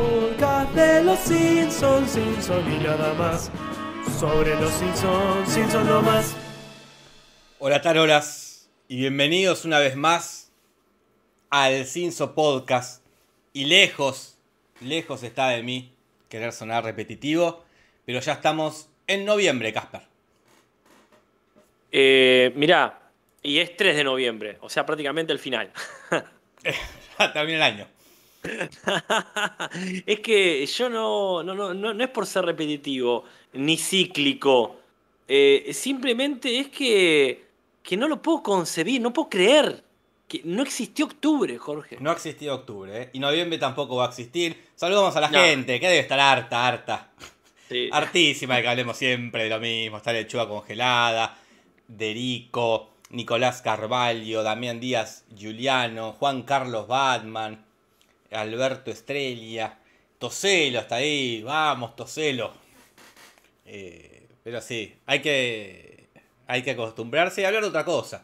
podcast de los Simpsons, y nada más. Sobre los Simpsons no más. Hola tarolas y bienvenidos una vez más al Simpson Podcast. Y lejos está de mí querer sonar repetitivo, pero ya estamos en noviembre, Casper. Mirá, y es 3 de noviembre, o sea, prácticamente el final. Ya termina el año. Es que yo no es por ser repetitivo ni cíclico. Simplemente es que no lo puedo concebir, no puedo creer que no existió octubre, Jorge. No ha existido octubre, ¿eh? Y noviembre tampoco va a existir. Saludamos a la No. gente, que debe estar harta. Sí. Hartísima de que hablemos siempre de lo mismo. Está Lechuga Congelada, Derico, Nicolás Carvalho, Damián Díaz Giuliano, Juan Carlos Batman, Alberto Estrella, Toselo está ahí, vamos Toselo. Pero sí, hay que acostumbrarse y hablar de otra cosa.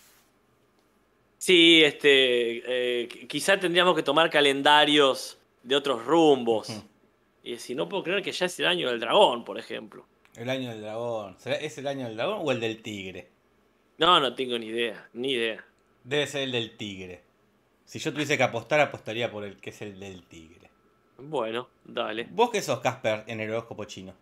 Sí, quizá tendríamos que tomar calendarios de otros rumbos. Y decir, no puedo creer que ya es el año del dragón, por ejemplo. El año del dragón. ¿Es el año del dragón o el del tigre? No tengo ni idea. Debe ser el del tigre. Si yo tuviese que apostar, apostaría por el que es el del tigre. Bueno, dale. ¿Vos qué sos, Casper, en el horóscopo chino?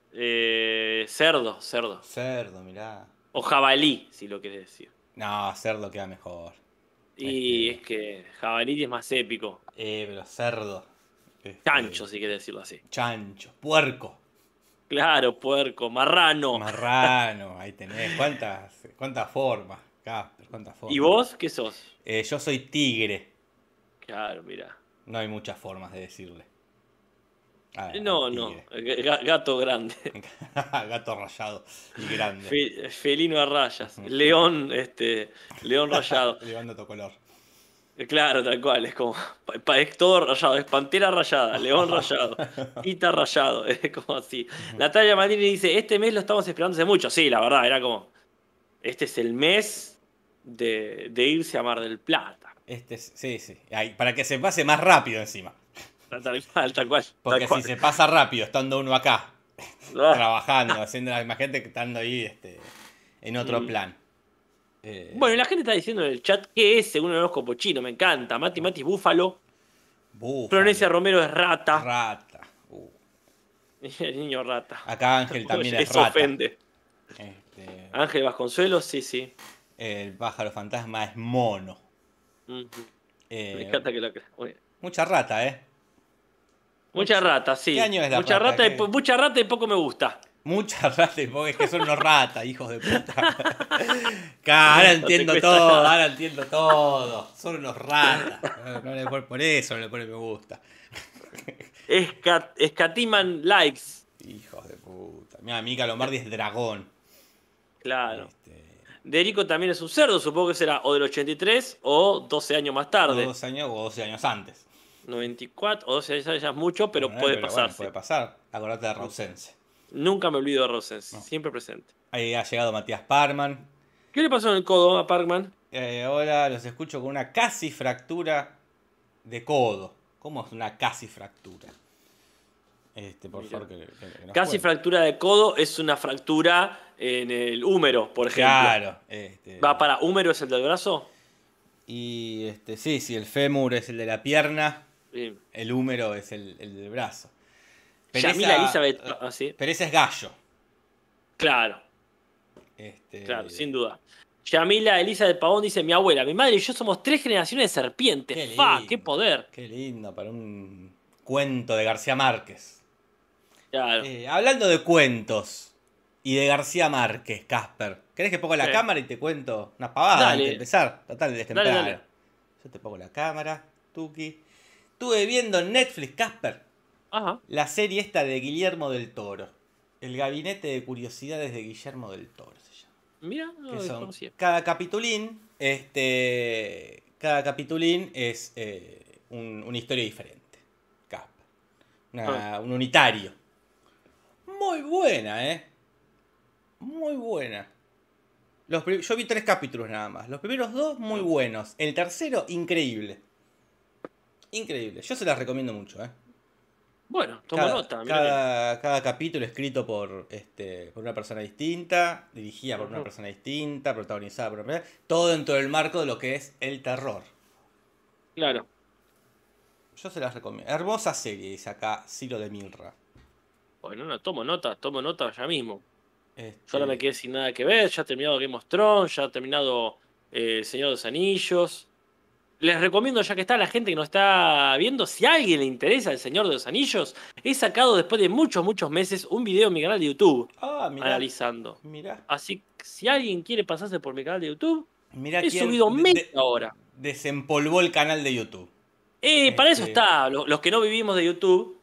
Cerdo. Cerdo, mirá. O jabalí, si lo querés decir. No, cerdo queda mejor. Y es que jabalí es más épico. Pero cerdo. Chancho, si querés decirlo así. Chancho, puerco. Claro, puerco, marrano. Marrano, ahí tenés. ¿Cuántas formas, Casper? ¿Cuántas formas? ¿Y vos qué sos? Yo soy tigre. Claro, mira. No hay muchas formas de decirle. No. Gato grande. Gato rayado y grande. Felino a rayas. León, león rayado. Llevando tu color. Claro, tal cual. Es como. Es todo rayado. Es pantera rayada, león rayado, pita rayado. Es como así. Natalia Maldini dice: Este mes lo estamos esperando hace mucho. Sí, la verdad, era como. Este es el mes de irse a Mar del Plata. Sí. Para que se pase más rápido encima. Tal cual. Porque si se pasa rápido estando uno acá, trabajando, haciendo la misma gente que estando ahí en otro plan. Bueno, y la gente está diciendo en el chat qué es según el horóscopo chino. Me encanta. Mati es búfalo. Florencia Romero es rata. Rata. El niño rata. Acá Ángel también es Eso rata. ofende. Ángel Vasconcelos, sí. El pájaro fantasma es mono. Me encanta que lo creas. Mucha rata, Mucha rata, sí. ¿Qué año es la mucha rata? Mucha rata y poco me gusta. Mucha rata y poco, es que son unos ratas, hijos de puta. Ahora entiendo todo. Son unos ratas. Por eso no le pone me gusta. Escatiman likes. Hijos de puta. Mira, Mica Lombardi es dragón. Claro. Derico también es un cerdo, supongo que será o del 83 o 12 años más tarde. O 12 años o 12 años antes. 94 o 12 años ya es mucho, pero puede pasar. Bueno, puede pasar. Acordate de Rausense. Nunca me olvido de Rausense, No. Siempre presente. Ahí ha llegado Matías Parkman. ¿Qué le pasó en el codo a Parkman? Hola, los escucho con una casi fractura de codo. ¿Cómo es una casi fractura? Por favor, que nos Casi cuente. fractura de codo es una fractura en el húmero, por ejemplo. Claro. ¿Va para húmero es el del brazo? Y sí, el fémur es el de la pierna, Sí. el húmero es el del brazo. Yamila Elizabeth, sí. Pero ese es gallo. Claro, claro, sin duda. Yamila Elizabeth Pavón dice: Mi abuela, mi madre y yo somos 3 generaciones de serpientes. Qué ¡Fa! lindo, ¡Qué poder! Qué lindo para un cuento de García Márquez. Claro. Hablando de cuentos y de García Márquez, Casper, ¿querés que ponga la cámara y te cuento unas pavadas Dale. antes de empezar? Total, es temprano. Dale. Yo te pongo la cámara, Tuki. Estuve viendo en Netflix, Casper, Ajá. la serie esta de Guillermo del Toro. El gabinete de curiosidades de Guillermo del Toro se llama. Mira, no Que lo son conocía. cada capitulín es una historia diferente, Casper. Un unitario. Muy buena, muy buena. Yo vi 3 capítulos nada más. Los primeros 2 muy buenos. El tercero, increíble. Increíble. Yo se las recomiendo mucho, Bueno, tomo nota, mirá Cada capítulo escrito por una persona distinta, dirigida por una Ujú. persona distinta, protagonizada por una persona, todo dentro del marco de lo que es el terror. Claro. Yo se las recomiendo. Hermosa serie, dice acá Ciro de Milra. Bueno, no, tomo nota ya mismo. Yo ahora me Este, quedé sin nada que ver, ya he terminado Game of Thrones, ya he terminado El Señor de los Anillos. Les recomiendo, ya que está la gente que nos está viendo, si a alguien le interesa El Señor de los Anillos, he sacado después de muchos meses un video en mi canal de YouTube mirá, analizando. mirá, Así que si alguien quiere pasarse por mi canal de YouTube, mirá he quién subido media hora. desempolvó el canal de YouTube. Para eso Este, está, los que no vivimos de YouTube,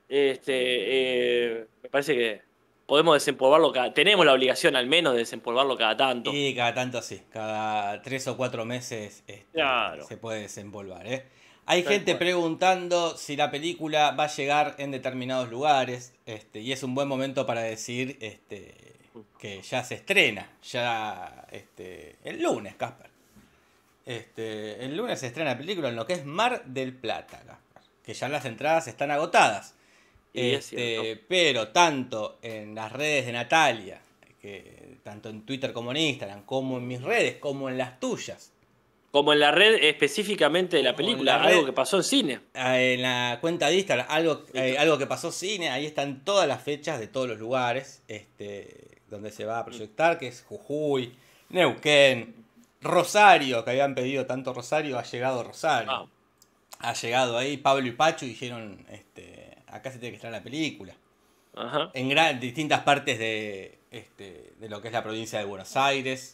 me parece que podemos desempolvarlo tenemos la obligación al menos de desempolvarlo cada tanto. y cada tanto sí, cada 3 o 4 meses Claro, se puede desempolvar, ¿eh? Hay tal gente cual. preguntando si la película va a llegar en determinados lugares, y es un buen momento para decir que ya se estrena, ya el lunes, Casper. El lunes se estrena la película en lo que es Mar del Plata, Casper, que ya las entradas están agotadas. Y es cierto. Pero tanto en las redes de Natalia, tanto en Twitter como en Instagram, como en mis redes, como en las tuyas, Como en la red específicamente de la como en la película, algo red, que pasó en cine. en la cuenta de Instagram, Listo. algo que pasó cine, ahí están todas las fechas de todos los lugares donde se va a proyectar, que es Jujuy, Neuquén, Rosario, que habían pedido tanto Rosario, ha llegado Rosario. Ah, Ha llegado ahí Pablo y Pacho y dijeron, acá se tiene que estrenar la película. ajá. En distintas partes de lo que es la provincia de Buenos Aires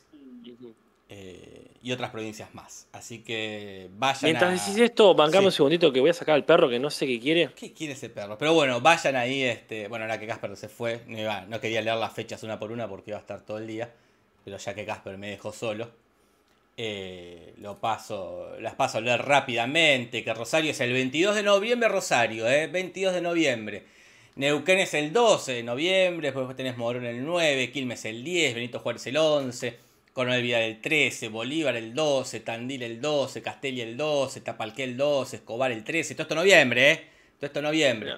y otras provincias más. Así que vayan Mientras decís a... esto, bancame un Sí. segundito que voy a sacar al perro que no sé qué quiere. ¿Qué quiere ese perro? Pero bueno, vayan ahí, bueno, ahora que Casper se fue, no quería leer las fechas una por una porque iba a estar todo el día, pero ya que Casper me dejó solo, las paso a leer rápidamente, que Rosario es el 22 de noviembre, Rosario, 22 de noviembre. Neuquén es el 12 de noviembre, después tenés Morón el 9, Quilmes el 10, Benito Juárez el 11, Coronel Vidal el 13, Bolívar el 12, Tandil el 12, Castelli el 12, Tapalqué el 12, Escobar el 13, todo esto noviembre, todo esto noviembre. Mirá.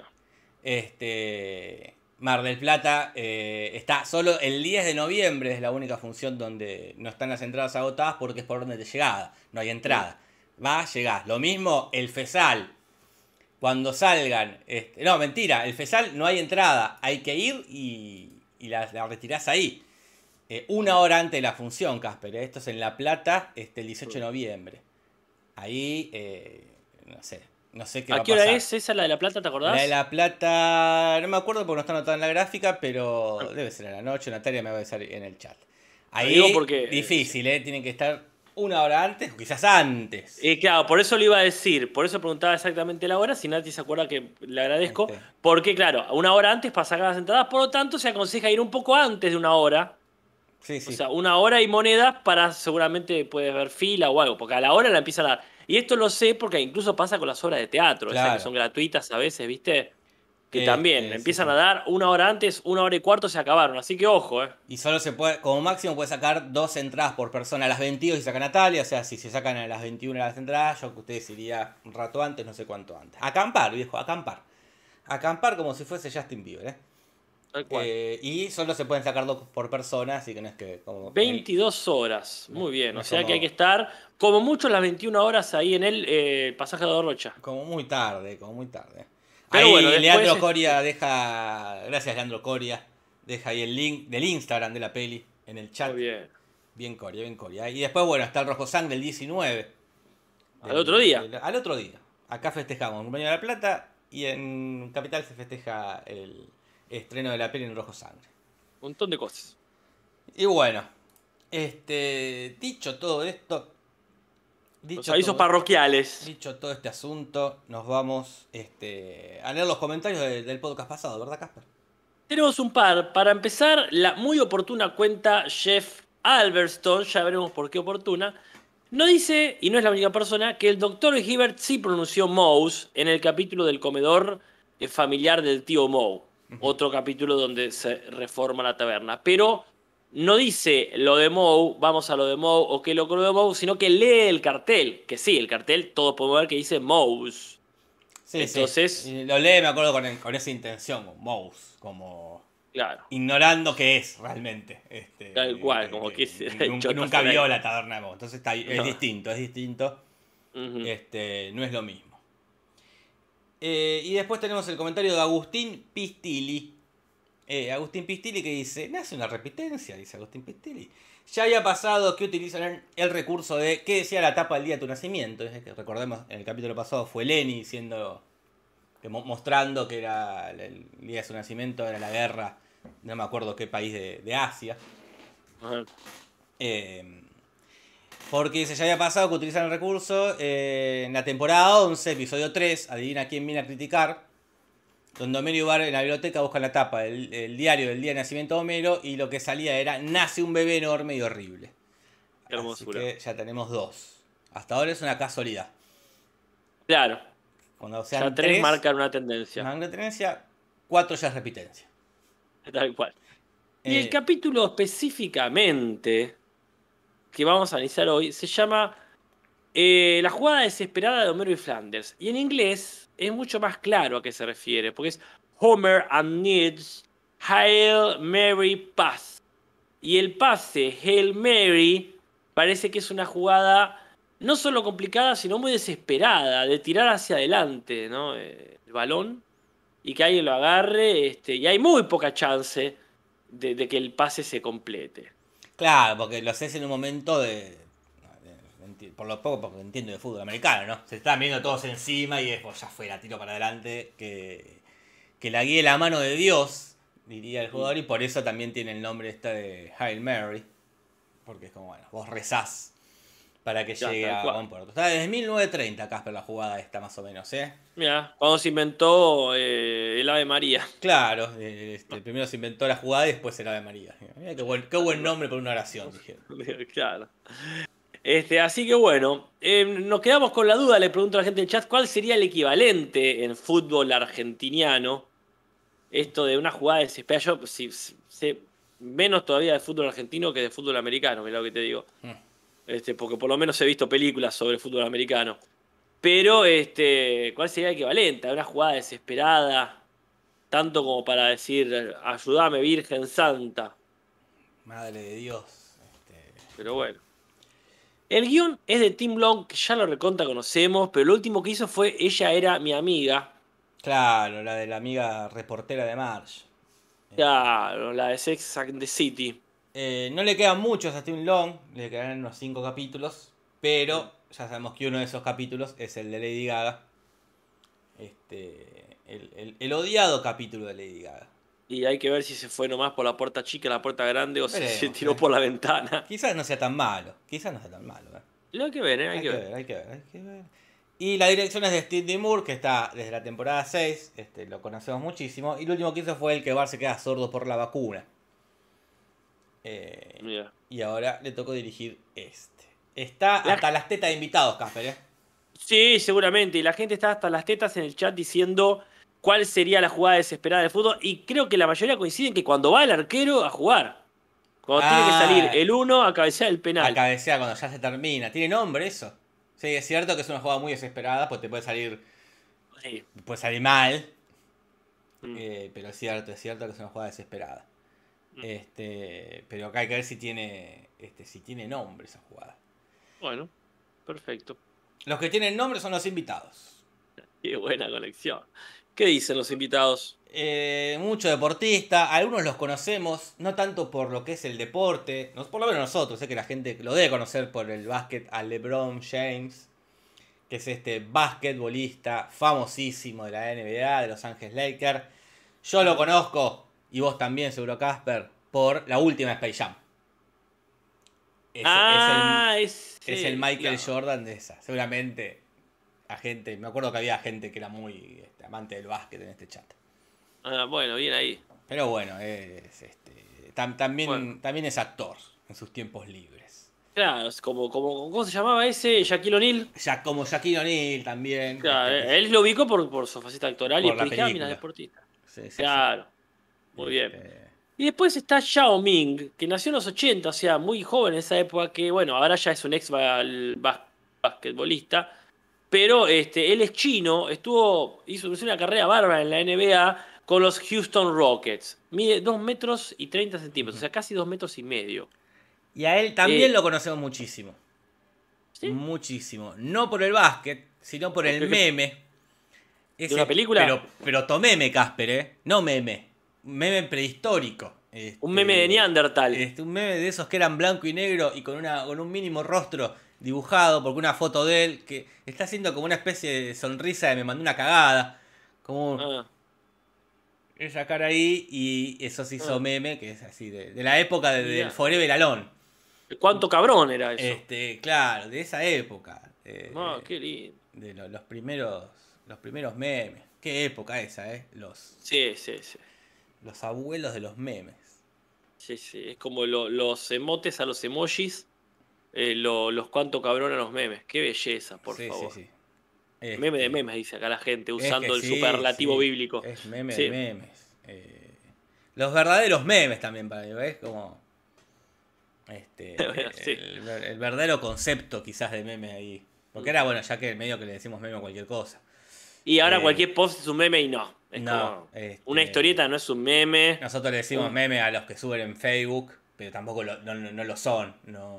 Mar del Plata está solo el 10 de noviembre, es la única función donde no están las entradas agotadas porque es por orden de llegada, no hay entrada. Va, llegás. Lo mismo el FESAL, cuando salgan, no, mentira, el FESAL no hay entrada, hay que ir y la retirás ahí. Una hora antes de la función, Casper, esto es en La Plata, el 18 de noviembre. Ahí, no sé qué va ¿A a qué hora pasar. es esa, la de La Plata, te La de acordás? La Plata, no me acuerdo porque no está anotada en la gráfica, pero Ah, debe ser a la noche. Natalia me va a avisar en el chat. lo digo Ahí, porque. difícil, ¿eh? Tienen que estar una hora antes o quizás antes. Claro, por eso lo iba a decir, por eso preguntaba exactamente la hora, si Nati se acuerda que le agradezco, Este, porque claro, una hora antes para sacar las entradas, por lo tanto se aconseja ir un poco antes de una hora, sí, o sí. sea, una hora y monedas para seguramente puedes ver fila o algo, porque a la hora la empiezan a dar. Y esto lo sé porque incluso pasa con las obras de teatro, esas que Claro. son gratuitas a veces, ¿viste? Que también Sí, empiezan sí. a dar una hora antes, una hora y cuarto se acabaron, así que ojo, Y solo se puede, como máximo puede sacar 2 entradas por persona a las 22 y saca Natalia. O sea, si se sacan a las 21 las entradas, yo que ustedes iría un rato antes, no sé cuánto antes. Acampar, viejo, acampar. Acampar como si fuese Justin Bieber, Tal cual. Y solo se pueden sacar 2 por persona, así que no es que como 22 horas, no, muy bien, no o es sea que hay que como, estar como mucho las 21 horas ahí en el pasaje de Rocha. como muy tarde, como muy tarde. Pero bueno, Ahí después. Leandro Coria deja, gracias Leandro Coria, deja ahí el link del Instagram de la peli en el Muy chat. bien. Bien Coria, bien Coria. Y después, bueno, está el Rojo Sangre el 19. Al otro día. Al otro día. Acá festejamos en Baño de la Plata y en Capital se festeja el estreno de la peli en Rojo Sangre. Un montón de cosas. Y bueno, dicho todo esto, Los avisos parroquiales. dicho todo este asunto, nos vamos a leer los comentarios del podcast pasado, ¿verdad, Casper? Tenemos un par. Para empezar, la muy oportuna cuenta Jeff Alberstone, ya veremos por qué oportuna, no dice, y no es la única persona, que el doctor Hibbert sí pronunció Mouse en el capítulo del comedor familiar del tío Moe. Otro capítulo donde se reforma la taberna. Pero no dice lo de Moe, vamos a lo de Moe, o qué loco lo de Moe, sino que lee el cartel. Que sí, el cartel, todos podemos ver que dice Mouse. Sí, Entonces, sí. Y lo lee, me acuerdo, con esa intención, con Mouse, como claro, ignorando qué es realmente. tal cual, como que se ha hecho Nunca vio la taberna de Mouse. Entonces es No. distinto, es distinto. Ujú. No es lo mismo. Y después tenemos el comentario de Agustín Pistili. Agustín Pistili que dice, nace una repitencia, dice Agustín Pistili. Ya había pasado que utilizan el recurso de qué decía la tapa del día de tu nacimiento. Es que recordemos, en el capítulo pasado fue Lenny diciendo, mostrando que era el día de su nacimiento, era la guerra, no me acuerdo qué país de Asia. Ajá. Porque ya había pasado que utilizan el recurso en la temporada 11, episodio 3, adivina quién viene a criticar, donde Homero y Bart en la biblioteca buscan la tapa el diario del día de nacimiento de Homero y lo que salía era nace un bebé enorme y horrible. Qué hermosura. Así que ya tenemos 2. Hasta ahora es una casualidad. Claro, Cuando ya sean 3 3, marcan una tendencia, una tendencia, 4 ya es repitencia. tal cual. Y el Eh, capítulo específicamente que vamos a analizar hoy se llama La jugada desesperada de Homero y Flanders. Y en inglés es mucho más claro a qué se refiere, porque es Homer and Needs Hail Mary Pass. Y el pase Hail Mary parece que es una jugada no solo complicada, sino muy desesperada, de tirar hacia adelante, ¿no? El balón y que alguien lo agarre, y hay muy poca chance de que el pase se complete. claro, porque lo haces en un momento por lo poco, porque entiendo de fútbol americano, ¿no? Se están viendo todos encima y es, pues ya fue, la tiro para adelante, que la guíe la mano de Dios, diría el jugador, y por eso también tiene el nombre de Hail Mary, porque es como, bueno, vos rezás para que Ya, llegue tal a cual. buen puerto. Está desde 1930, Casper, la jugada esta, más o menos, ¿eh? Mira, cuando se inventó el Ave María. Claro, primero se inventó la jugada y después el Ave María. Mira qué buen nombre para una oración, dijeron. Claro. Así que bueno, nos quedamos con la duda, le pregunto a la gente del chat, ¿cuál sería el equivalente en fútbol argentiniano? Esto de una jugada desesperada. Yo sé menos todavía de fútbol argentino que de fútbol americano, mirá lo que te digo. Porque por lo menos he visto películas sobre fútbol americano. Pero, ¿cuál sería el equivalente a una jugada desesperada? Tanto como para decir, ayúdame, Virgen Santa. Madre de Dios. Pero bueno. El guión es de Tim Long, que ya lo recontra conocemos, pero lo último que hizo fue Ella era mi amiga. Claro, la de la amiga reportera de Marge. Claro, la de Sex and the City. No le quedan muchos a Tim Long, le quedan unos 5 capítulos, pero ya sabemos que uno de esos capítulos es el de Lady Gaga. El odiado capítulo de Lady Gaga. Y hay que ver si se fue nomás por la puerta chica, la puerta grande, o si se Veremos, tiró por la ventana. Quizás no sea tan malo, Lo hay que ver, hay que ver. Hay que ver. Y la dirección es de Steve D. Moore, que está desde la temporada 6, lo conocemos muchísimo. Y lo último que hizo fue el que Bart se queda sordo por la vacuna. Mira. Y ahora le tocó dirigir Está hasta las tetas de invitados, Casper, ¿eh? Sí, seguramente. Y la gente está hasta las tetas en el chat diciendo cuál sería la jugada desesperada del fútbol. Y creo que la mayoría coinciden que cuando va el arquero a jugar, cuando tiene que salir el 1 a cabecear el penal. A cabecear cuando ya se termina. ¿Tiene nombre eso? Sí, es cierto que es una jugada muy desesperada, pues te puede salir. Sí. Puede salir mal. Pero es cierto que es una jugada desesperada. Pero acá hay que ver si tiene nombre esa jugada. Bueno, perfecto. Los que tienen nombre son los invitados. Qué buena conexión. ¿Qué dicen los invitados? Mucho deportista, algunos los conocemos, no tanto por lo que es el deporte, por lo menos nosotros, sé que la gente lo debe conocer por el básquet a LeBron James, que es este basquetbolista famosísimo de la NBA, de Los Ángeles Lakers. Yo lo conozco, y vos también, seguro, Casper, por la última Space Jam. Es el Michael claro. Jordan de esa. Seguramente me acuerdo que había gente que era muy amante del básquet en este chat. Bueno, bien ahí. Pero bueno, también, Bueno. también es actor en sus tiempos libres. Claro, es como, ¿cómo se llamaba ese? Shaquille O'Neal. Ya como Shaquille O'Neal también. Claro, él lo ubicó por su faceta actoral y por la después dije, mira, película. deportista. Sí, Claro, muy bien. Y después está Yao Ming, que nació en los 80, o sea, muy joven en esa época, que bueno, ahora ya es un ex basquetbolista. Pero él es chino, hizo una carrera bárbara en la NBA con los Houston Rockets. Mide 2 metros y 30 centímetros, o sea, casi 2 metros y medio. Y a él también lo conocemos muchísimo. ¿Sí? Muchísimo. No por el básquet, sino por el meme. ¿De una película? Pero tomeme, Casper, ¿eh? No meme. Meme prehistórico. Un meme de Neandertal. Un meme de esos que eran blanco y negro y con un mínimo rostro dibujado, porque una foto de él que está haciendo como una especie de sonrisa de me mandó una cagada. Como esa cara ahí, y eso se hizo meme, que es así, de la época del Forever Alone. ¿Cuánto cabrón era eso? Claro, de esa época. Qué lindo. De los primeros memes. Qué época esa, ¿eh? Sí. Los abuelos de los memes. Sí. Es como los emotes a los emojis. Los cuánto cabrón a los memes. Qué belleza, por favor. Sí. Meme de memes, dice acá la gente, usando el superlativo bíblico. Es meme de memes. Los verdaderos memes también, para mí, ¿ves? Como. El verdadero concepto quizás de memes ahí. Porque era bueno, ya que en medio que le decimos meme a cualquier cosa. Y ahora cualquier post es un meme y no. Es como una historieta no es un meme. Nosotros le decimos meme a los que suben en Facebook, pero tampoco no lo son.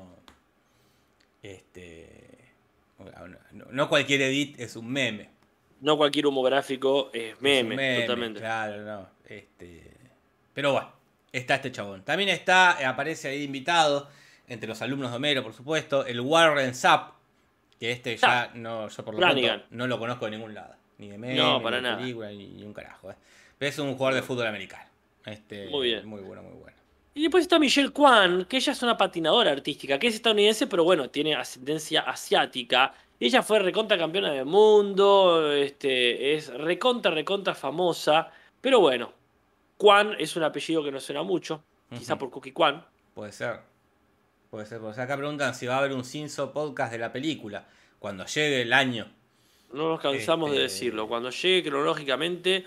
No cualquier edit es un meme. No cualquier humográfico es meme, totalmente. Claro, no. Pero bueno, está este chabón. También aparece ahí invitado, entre los alumnos de Homero, por supuesto, el Warren Sapp, que ya yo por lo pronto no lo conozco de ningún lado. Ni de meme, ni de película, ni un carajo. Pero es un jugador de fútbol americano. Muy bien. Muy bueno. Y después está Michelle Kwan, que ella es una patinadora artística, que es estadounidense, pero bueno, tiene ascendencia asiática. Ella fue recontra campeona del mundo, es recontra famosa. Pero bueno, Kwan es un apellido que no suena mucho, quizá por Cookie Kwan. Puede ser. Pues acá preguntan si va a haber un Simpson podcast de la película cuando llegue el año. No nos cansamos de decirlo. Cuando llegue cronológicamente,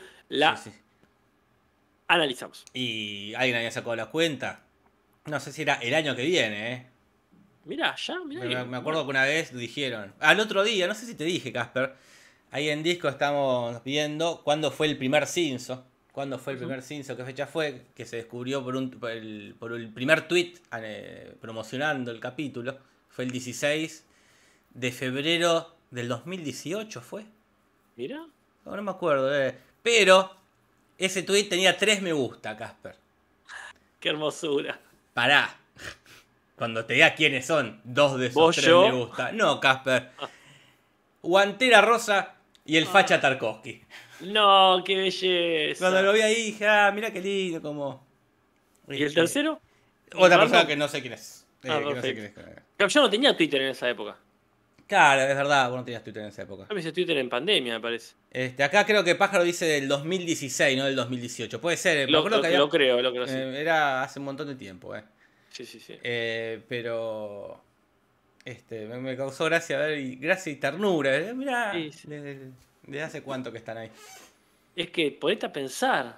analizamos. Y alguien había sacado la cuenta. No sé si era el año que viene, Mirá. Me acuerdo que una vez dijeron. Al otro día, no sé si te dije, Casper. Ahí en Disco estamos viendo cuándo fue el primer Simpson. ¿Cuándo fue el primer Simpson? ¿Qué fecha fue? Que se descubrió por el primer tweet promocionando el capítulo. Fue el 16 de febrero del 2018, ¿fue? Mira. No me acuerdo. Pero ese tweet tenía 3 me gusta, Casper. Qué hermosura. Pará. Cuando te diga quiénes son 2 de esos 3 me gusta. No, Casper. Guantera Rosa y el facha Tarkovsky. No, qué belleza. Cuando lo vi ahí dije, mira qué lindo, como. ¿Y el tercero? Otra persona que no sé quién es. Yo no tenía Twitter en esa época. Claro, es verdad, vos no tenías Twitter en esa época. Yo me hice Twitter en pandemia, me parece. Acá creo que Pájaro dice del 2016, no del 2018. Puede ser, lo creo, sí. Era hace un montón de tiempo, Sí. Pero. Me causó gracia y ternura. Mirá, sí. ¿Desde hace cuánto que están ahí? Es que ponete a pensar.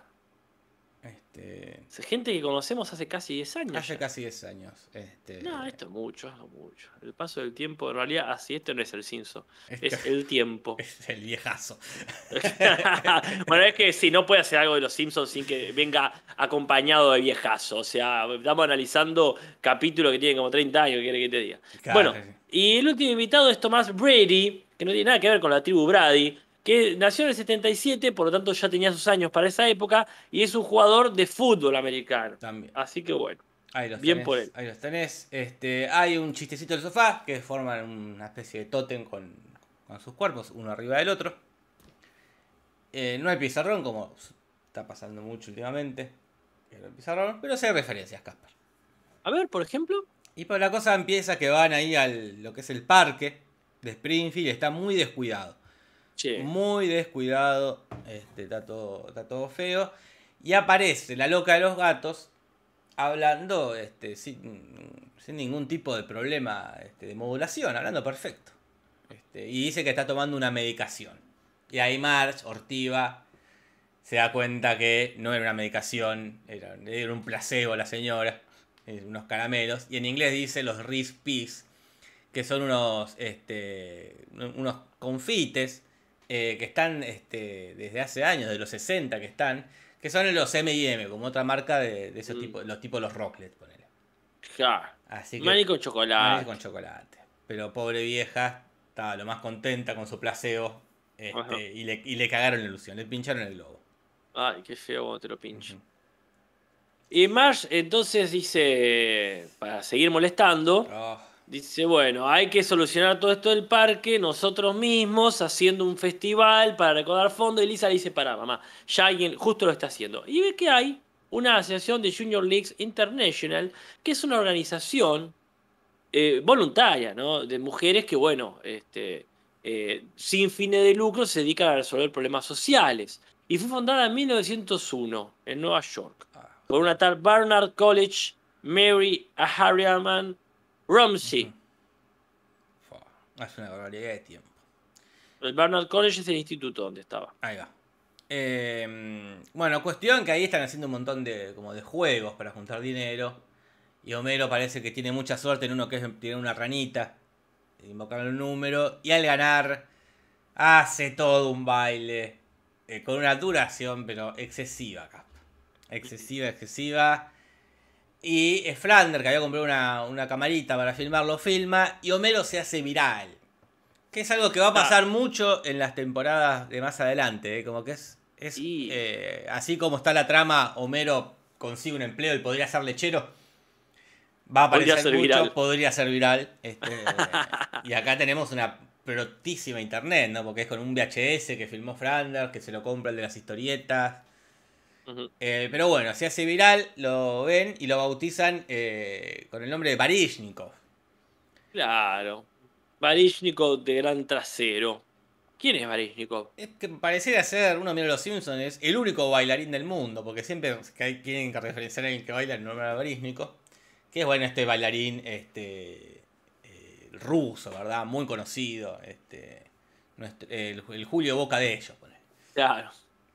Gente que conocemos hace casi 10 años. Hace casi 10 años. No, esto es mucho. El paso del tiempo, en realidad, así esto no es el Simpson. Es el tiempo. Es el viejazo. Bueno, es que si no puede hacer algo de los Simpsons sin que venga acompañado de viejazo. O sea, estamos analizando capítulos que tienen como 30 años, ¿qué quiere que te diga? Claro, bueno, y el último invitado es Tomás Brady, que no tiene nada que ver con la tribu Brady, que nació en el 77, por lo tanto ya tenía sus años para esa época, y es un jugador de fútbol americano. También. Así que bueno, bien por él. Ahí los tenés. Hay un chistecito del sofá que forman una especie de tótem con sus cuerpos, uno arriba del otro. No hay pizarrón, como está pasando mucho últimamente. No hay pizarrón, pero sí hay referencias, Casper. A ver, por ejemplo. Y pues la cosa empieza que van ahí lo que es el parque de Springfield, está muy descuidado. Sí. Muy descuidado, está todo feo. Y aparece la loca de los gatos hablando sin ningún tipo de problema de modulación, hablando perfecto. Y dice que está tomando una medicación. Y ahí Marge, Ortiva, se da cuenta que no era una medicación, era un placebo a la señora, unos caramelos. Y en inglés dice los Reese Peas, que son unos confites que están desde hace años, de los 60 que están, que son los M&M, como otra marca de esos tipos, los tipos los Rocklets, ponele. Claro. Así que, Maní con chocolate. maní con chocolate. Pero pobre vieja, estaba lo más contenta con su placebo y le cagaron la ilusión, le pincharon el globo. Ay, qué feo cuando te lo pincho. Ujú. Y Marge entonces dice, para seguir molestando, Oh, dice, bueno, hay que solucionar todo esto del parque nosotros mismos, haciendo un festival para recaudar fondos. Y Lisa le dice, pará, mamá, ya alguien justo lo está haciendo. Y ve que hay una asociación de Junior Leagues International, que es una organización voluntaria, ¿no? De mujeres que, bueno, sin fines de lucro se dedican a resolver problemas sociales. Y fue fundada en 1901 en Nueva York por una tal Barnard College Mary Harriman Rumsey. hace una barbaridad de tiempo. El Barnard College es el instituto donde estaba. Ahí va. Bueno, cuestión que ahí están haciendo un montón como de juegos para juntar dinero. Y Homero parece que tiene mucha suerte en uno que es tiene una ranita. Invocar un número. Y al ganar, hace todo un baile. Con una duración, pero excesiva, Casper. Excesiva. Y Flanders, que había comprado una camarita para filmarlo, filma. Y Homero se hace viral. Que es algo que va a pasar mucho en las temporadas de más adelante. Como que es así como está la trama, Homero consigue un empleo y podría ser lechero. Va a aparecer mucho, podría ser viral. Y acá tenemos una protísima internet, ¿no? Porque es con un VHS que filmó Flanders, que se lo compra el de las historietas. Pero bueno, se hace viral, lo ven y lo bautizan con el nombre de Baryshnikov. Claro. Baryshnikov de gran trasero. ¿Quién es Baryshnikov? Es que pareciera ser, uno mira los Simpsons, es el único bailarín del mundo, porque siempre tienen que referenciar a alguien que baila el nombre de Baryshnikov. Que es bueno, este bailarín ruso, ¿verdad? Muy conocido. El Julio Boca de ellos. Claro.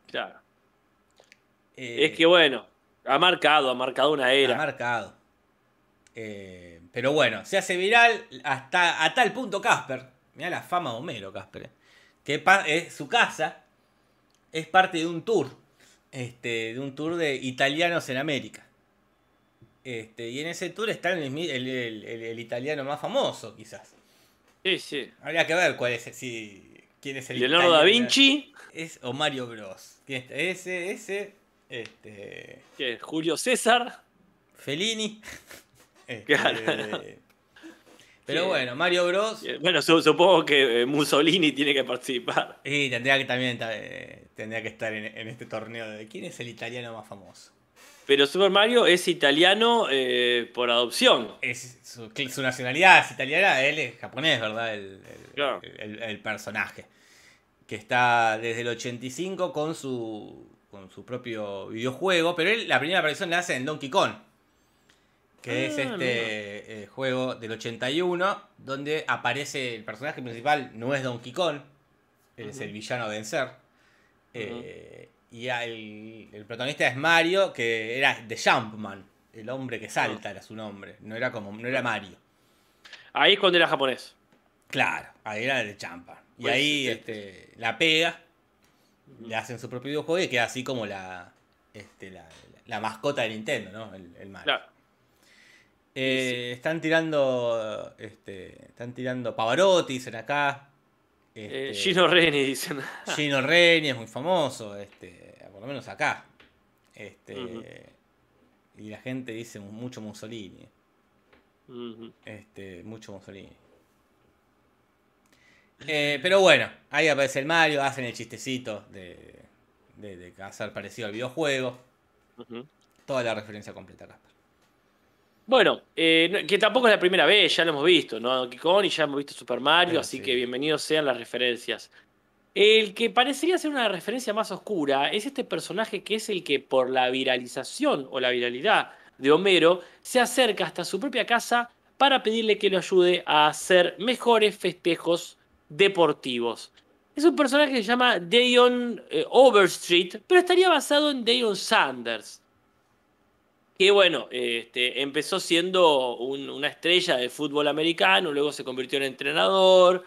Es que bueno, ha marcado una era. Ha marcado. Pero bueno, se hace viral a tal punto Casper. Mirá la fama de Homero, Casper. Que su casa es parte de un tour. De un tour de italianos en América. Y en ese tour está el italiano más famoso, quizás. Sí. Habría que ver quién es el Leonardo italiano. da Vinci. O Mario Bros. ¿Quién está? Ese. ¿Qué? Julio César. Fellini. Claro. Pero bueno, Mario Bros. Bueno, supongo que Mussolini tiene que participar. Y tendría que estar en este torneo de quién es el italiano más famoso. Pero Super Mario es italiano por adopción. Su nacionalidad es italiana, él es japonés, ¿verdad? Claro. El personaje. Que está desde el 85 con su propio videojuego. Pero la primera aparición la hace en Donkey Kong. Que es juego del 81. Donde aparece el personaje principal, no es Donkey Kong. Él es el villano a vencer. Y el protagonista es Mario, que era The Jumpman, el hombre que salta era su nombre, no era Mario. Ahí es cuando era japonés. Claro, ahí era The Jumpman. Y Pues, ahí la pega, le hacen su propio videojuego y queda así como la mascota de Nintendo, ¿no? El Mario. Claro. Están tirando Pavarotti, dicen acá. Gino Reni, dicen. Gino Reni es muy famoso, por lo menos acá. Y la gente dice mucho Mussolini. Mucho Mussolini. Pero bueno, ahí aparece el Mario, hacen el chistecito de hacer parecido al videojuego. Toda la referencia completa acá. Bueno, que tampoco es la primera vez, ya lo hemos visto, ¿no? Donkey Kong y ya hemos visto Super Mario, Pero así sí. que bienvenidos sean las referencias. El que parecería ser una referencia más oscura es este personaje que es el que por la viralización o la viralidad de Homero se acerca hasta su propia casa para pedirle que lo ayude a hacer mejores festejos deportivos. Es un personaje que se llama Deion Overstreet, pero estaría basado en Deion Sanders. que bueno, empezó siendo una estrella del fútbol americano, luego se convirtió en entrenador,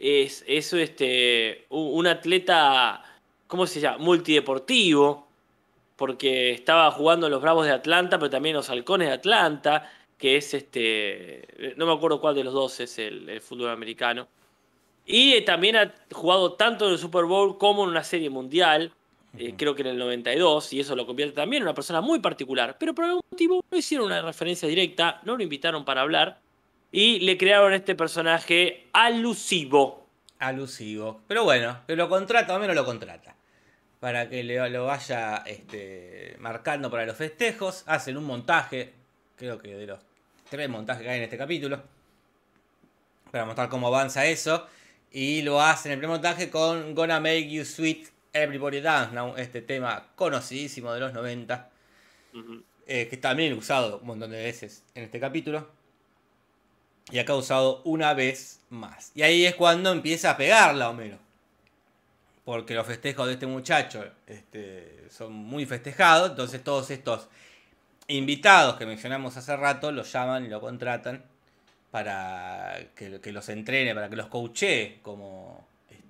un atleta, ¿cómo se llama? Multideportivo, porque estaba jugando en los Bravos de Atlanta, pero también en los Halcones de Atlanta, que es no me acuerdo cuál de los dos es el fútbol americano. Y también ha jugado tanto en el Super Bowl como en una serie mundial, creo que en el 92, y eso lo convierte también en una persona muy particular. Pero por algún motivo no hicieron una referencia directa, no lo invitaron para hablar, y le crearon este personaje alusivo. Alusivo. Pero bueno, que lo contrata o menos lo contrata. Para que lo vaya marcando para los festejos. Hacen un montaje, creo que de los 3 montajes que hay en este capítulo, para mostrar cómo avanza eso. Y lo hacen el primer montaje con Gonna Make You Sweet Everybody Dance Now, este tema conocidísimo de los 90, que también usado un montón de veces en este capítulo. Y acá usado una vez más. Y ahí es cuando empieza a pegarla Homero. Porque los festejos de este muchacho son muy festejados. Entonces todos estos invitados que mencionamos hace rato los llaman y lo contratan para que los entrene, para que los coachee como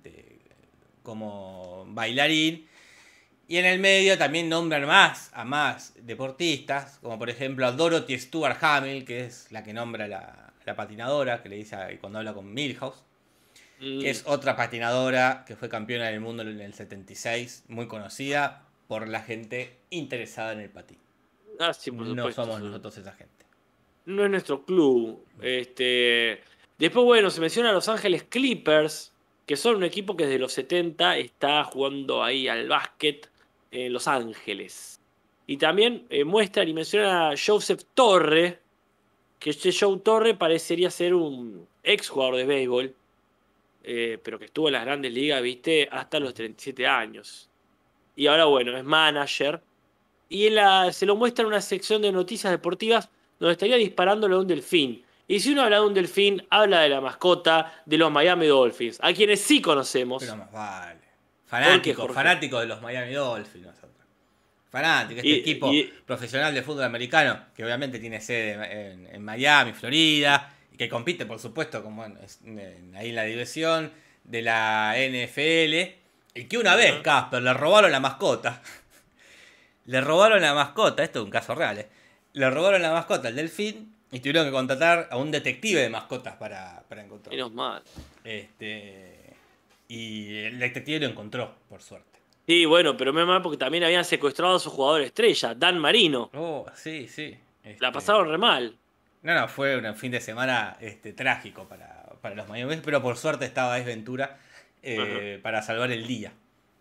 bailarín. Y en el medio también nombran a más deportistas, como por ejemplo a Dorothy Stuart Hamill, que es la que nombra la patinadora, que le dice cuando habla con Milhouse, que es otra patinadora que fue campeona del mundo en el 76, muy conocida por la gente interesada en el patín. Sí, por supuesto. No somos nosotros esa gente. No es nuestro club. Después, bueno, se menciona a Los Ángeles Clippers, que son un equipo que desde los 70 está jugando ahí al básquet en Los Ángeles. Y también muestran y mencionan a Joseph Torre, que este Joe Torre parecería ser un ex jugador de béisbol, pero que estuvo en las grandes ligas, viste, hasta los 37 años. Y ahora, bueno, es manager. Y se lo muestra en una sección de noticias deportivas donde estaría disparándole a un delfín. Y si uno habla de un delfín, habla de la mascota de los Miami Dolphins, a quienes sí conocemos. Pero más vale. Fanático de los Miami Dolphins. Fanático, equipo profesional de fútbol americano, que obviamente tiene sede en Miami, Florida, y que compite, por supuesto, como ahí en la división de la NFL. Y que una vez, Casper, le robaron la mascota. Le robaron la mascota, esto es un caso real, Le robaron la mascota al delfín y tuvieron que contratar a un detective de mascotas para encontrarlo. Menos mal. Y el detective lo encontró, por suerte. Sí, bueno, pero menos mal porque también habían secuestrado a su jugador estrella, Dan Marino. Oh, sí. La pasaron re mal. No, fue un fin de semana trágico para los Miami, pero por suerte estaba Ace Ventura para salvar el día.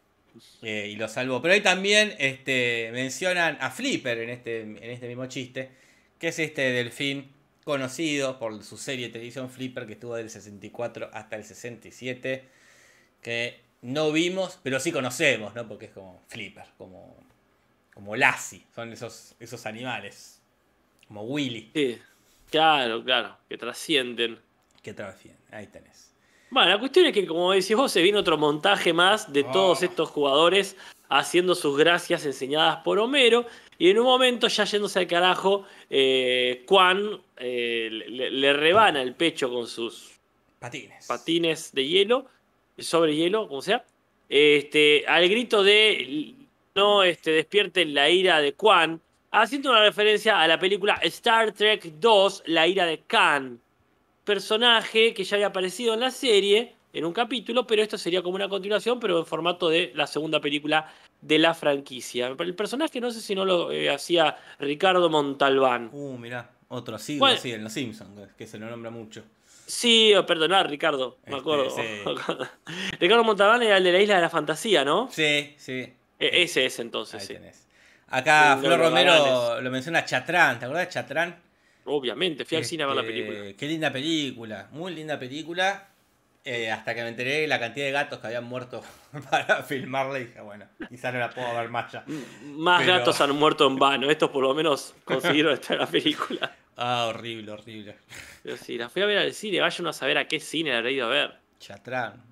Y lo salvó. Pero ahí también mencionan a Flipper en este mismo chiste, que es este delfín conocido por su serie de televisión Flipper, que estuvo del 64 hasta el 67, que no vimos, pero sí conocemos, ¿no? Porque es como Flipper, como Lassie, son esos animales, como Willy. Sí, claro, que trascienden. Ahí tenés. Bueno, la cuestión es que, como decís vos, se viene otro montaje más de todos estos jugadores haciendo sus gracias enseñadas por Homero. Y en un momento, ya yéndose al carajo, Quan le rebana el pecho con sus patines de hielo, sobre hielo, como sea. Al grito de no despierten la ira de Quan, haciendo una referencia a la película Star Trek 2, La ira de Khan. Personaje que ya había aparecido en la serie, en un capítulo, pero esto sería como una continuación, pero en formato de la segunda película de la franquicia. El personaje no sé si no lo hacía Ricardo Montalbán. Mirá, otro siglo, sí, en Los Simpsons, que se lo nombra mucho. Sí, perdonar, Ricardo, me acuerdo. Sí. Ricardo Montalbán era el de la Isla de la Fantasía, ¿no? Sí. Ese es entonces, ahí sí. Tenés. Acá Flor Romero lo menciona Chatrán, ¿te acordás de Chatrán? Obviamente, fui al cine a ver la película. Qué linda película, muy linda película. Hasta que me enteré de la cantidad de gatos que habían muerto para filmarla y dije, bueno, quizás no la puedo ver más ya. Más gatos han muerto en vano, estos por lo menos consiguieron estar en la película. Horrible. Pero sí, la fui a ver al cine, vaya uno a saber a qué cine la habré ido a ver. Chatrán.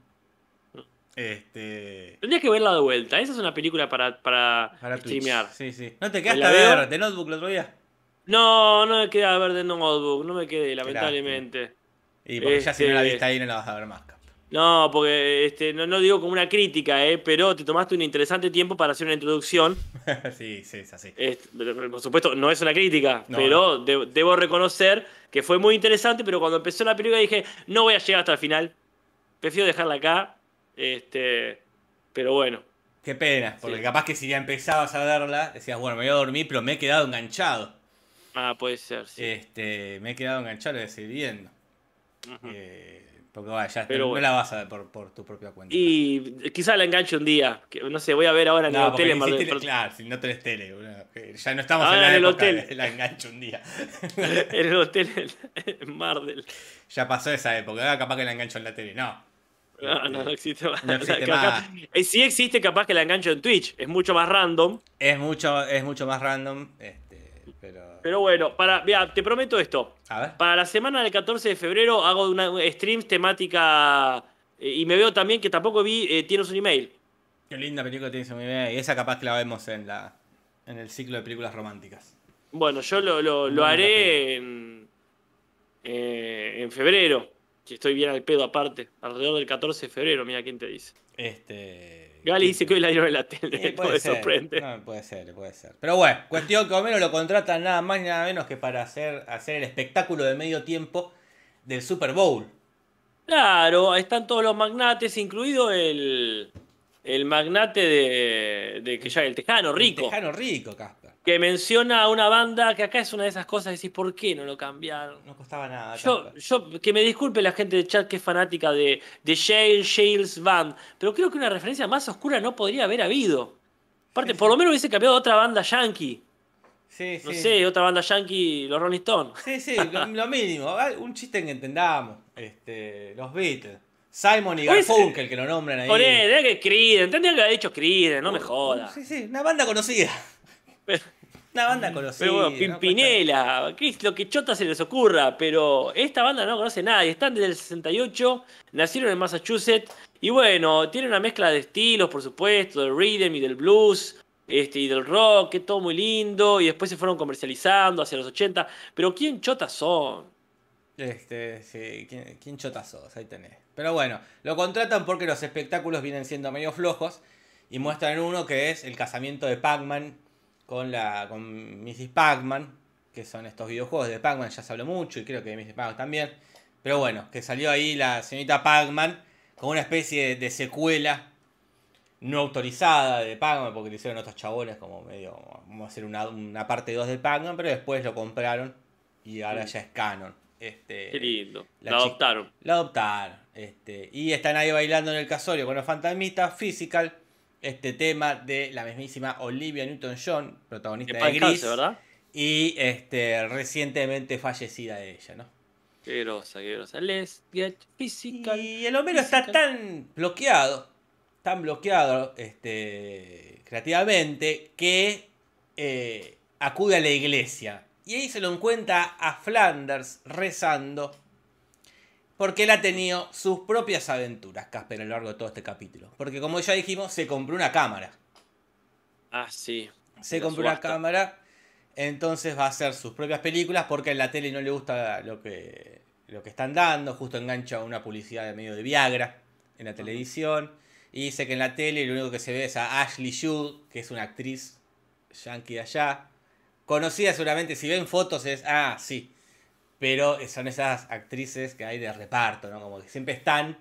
Tendrías que verla de vuelta, esa es una película para streamear. Sí. ¿No te quedaste a ver The Notebook el otro día? No, no me quedé a ver The Notebook, no me quedé, Qué lástima. lamentablemente. Y porque ya si no la viste Este, ahí no la vas a ver más, Cap. no, porque no digo como una crítica, pero te tomaste un interesante tiempo para hacer una introducción. Sí, sí, es así. Por supuesto, no es una crítica, No, no. pero debo reconocer que fue muy interesante, pero cuando empezó la película dije, no voy a llegar hasta el final, prefiero dejarla acá. Este, pero bueno, Qué pena, porque sí. capaz que si ya empezabas a verla, decías, bueno, me voy a dormir, pero me he quedado enganchado. Ah, puede ser, sí. Me he quedado enganchado, lo voy a seguir viendo. Ujú. Porque vaya, ya Pero no bueno. la vas a ver por tu propia cuenta, Cap. Y quizá la enganche un día. No sé, voy a ver ahora en el No, porque hotel ni en Mar del hiciste, Plata. claro, si no tenés tele, boludo. Ya no estamos en Ah, en la el época hotel. de la engancho un día. En el hotel en Mar del. Ya pasó esa época, ahora capaz que la engancho en la tele. No, No, no, no este, existe más. no existe Acá- más. sí existe capaz que la engancho en Twitch. Es mucho más random. Es mucho más random, pero... Pero bueno, mira, te prometo esto. A ver. Para la semana del 14 de febrero hago una stream temática. Y me veo también que tampoco vi Tienes un email. Qué linda película tienes muy bien. Y esa capaz que la vemos en el ciclo de películas románticas. Bueno, yo lo Muy linda peli. haré en febrero. Si estoy bien al pedo aparte. Alrededor del 14 de febrero, mira quién te dice. Gali dice que hoy la dieron en la tele. No Puede me ser. sorprende. No, puede ser, puede ser. Pero bueno, cuestión que Homero lo contratan nada más ni nada menos que para hacer el espectáculo de medio tiempo del Super Bowl. Claro, están todos los magnates, incluido el magnate de que ya el tejano El rico, tejano rico, Casper. que menciona a una banda que acá es una de esas cosas, decís, ¿por qué no lo cambiaron? No costaba nada, Yo, Casper. yo, que me disculpe la gente de chat que es fanática de Shales Band, pero creo que una referencia más oscura no podría haber habido. Sí, Aparte, por sí. lo menos hubiese cambiado a otra banda yankee. Sí, No sí. sé, otra banda yankee, los Rolling Stones. Sí, sí, lo mínimo. Un chiste que entendamos. Los Beatles. Simon y Hubiese, Garfunkel que lo nombran ahí. poné, que Creedence, tendría que haber dicho Creedence, no me joda. Sí, sí, una banda conocida. Una banda Pero bueno, conocida, no cuesta. Pimpinela, ¿qué es lo que chota se les ocurra? Pero esta banda no conoce nadie, están desde el 68, nacieron en Massachusetts, y bueno, tienen una mezcla de estilos, por supuesto, del rhythm y del blues, y del rock, que es todo muy lindo, y después se fueron comercializando hacia los 80, pero ¿quién chotas son? Sí, ¿quién chota sos? Ahí tenés. Pero bueno, lo contratan porque los espectáculos vienen siendo medio flojos y muestran uno que es el casamiento de Pac-Man con Mrs. Pac-Man, que son estos videojuegos de Pac-Man, ya se habló mucho y creo que de Mrs. Pac-Man también. Pero bueno, que salió ahí la señorita Pac-Man con una especie de secuela no autorizada de Pac-Man, porque le hicieron otros chabones como medio, vamos a hacer una parte 2 de Pac-Man, pero después lo compraron y ahora ya es canon. Qué lindo, La la chica adoptaron. la adoptaron. Y están ahí bailando en el casorio con los fantasmitas. Physical, este tema de la mismísima Olivia Newton-John, Que protagonista para de descanse, Gris. ¿verdad? Y recientemente fallecida ella, ¿no? Qué grosa, qué grosa. Let's get physical. Y el Homero está Physical. tan bloqueado creativamente, que acude a la iglesia. Y ahí se lo encuentra a Flanders rezando, porque él ha tenido sus propias aventuras, Casper, a lo largo de todo este capítulo. Porque como ya dijimos, se compró una cámara. Ah, sí. Se La compró una subasta. cámara, entonces va a hacer sus propias películas, porque en la tele no le gusta lo que están dando. Justo engancha una publicidad de medio de Viagra en la televisión. Y dice que en la tele lo único que se ve es a Ashley Judd, que es una actriz yankee de allá. Conocida seguramente, si ven fotos es, sí. Pero son esas actrices que hay de reparto, ¿no? Como que siempre están.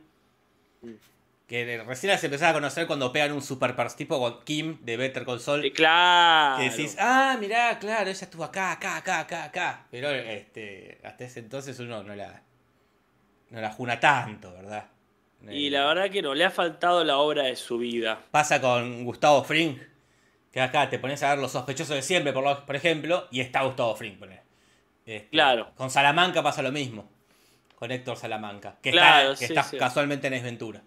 Que recién las empezás a conocer cuando pegan un super tipo con Kim de Better Call Saul. Que Claro. decís, mirá, claro, ella estuvo acá. Pero hasta ese entonces uno no la juna tanto, ¿verdad? Y la verdad que no, le ha faltado la obra de su vida. Pasa con Gustavo Fring, que acá te pones a ver Los Sospechosos de Siempre, por ejemplo, y está Gustavo Fring, poner. Claro. Con Salamanca pasa lo mismo. Con Héctor Salamanca. Que Claro, está, que sí, está sí. casualmente en Esventura.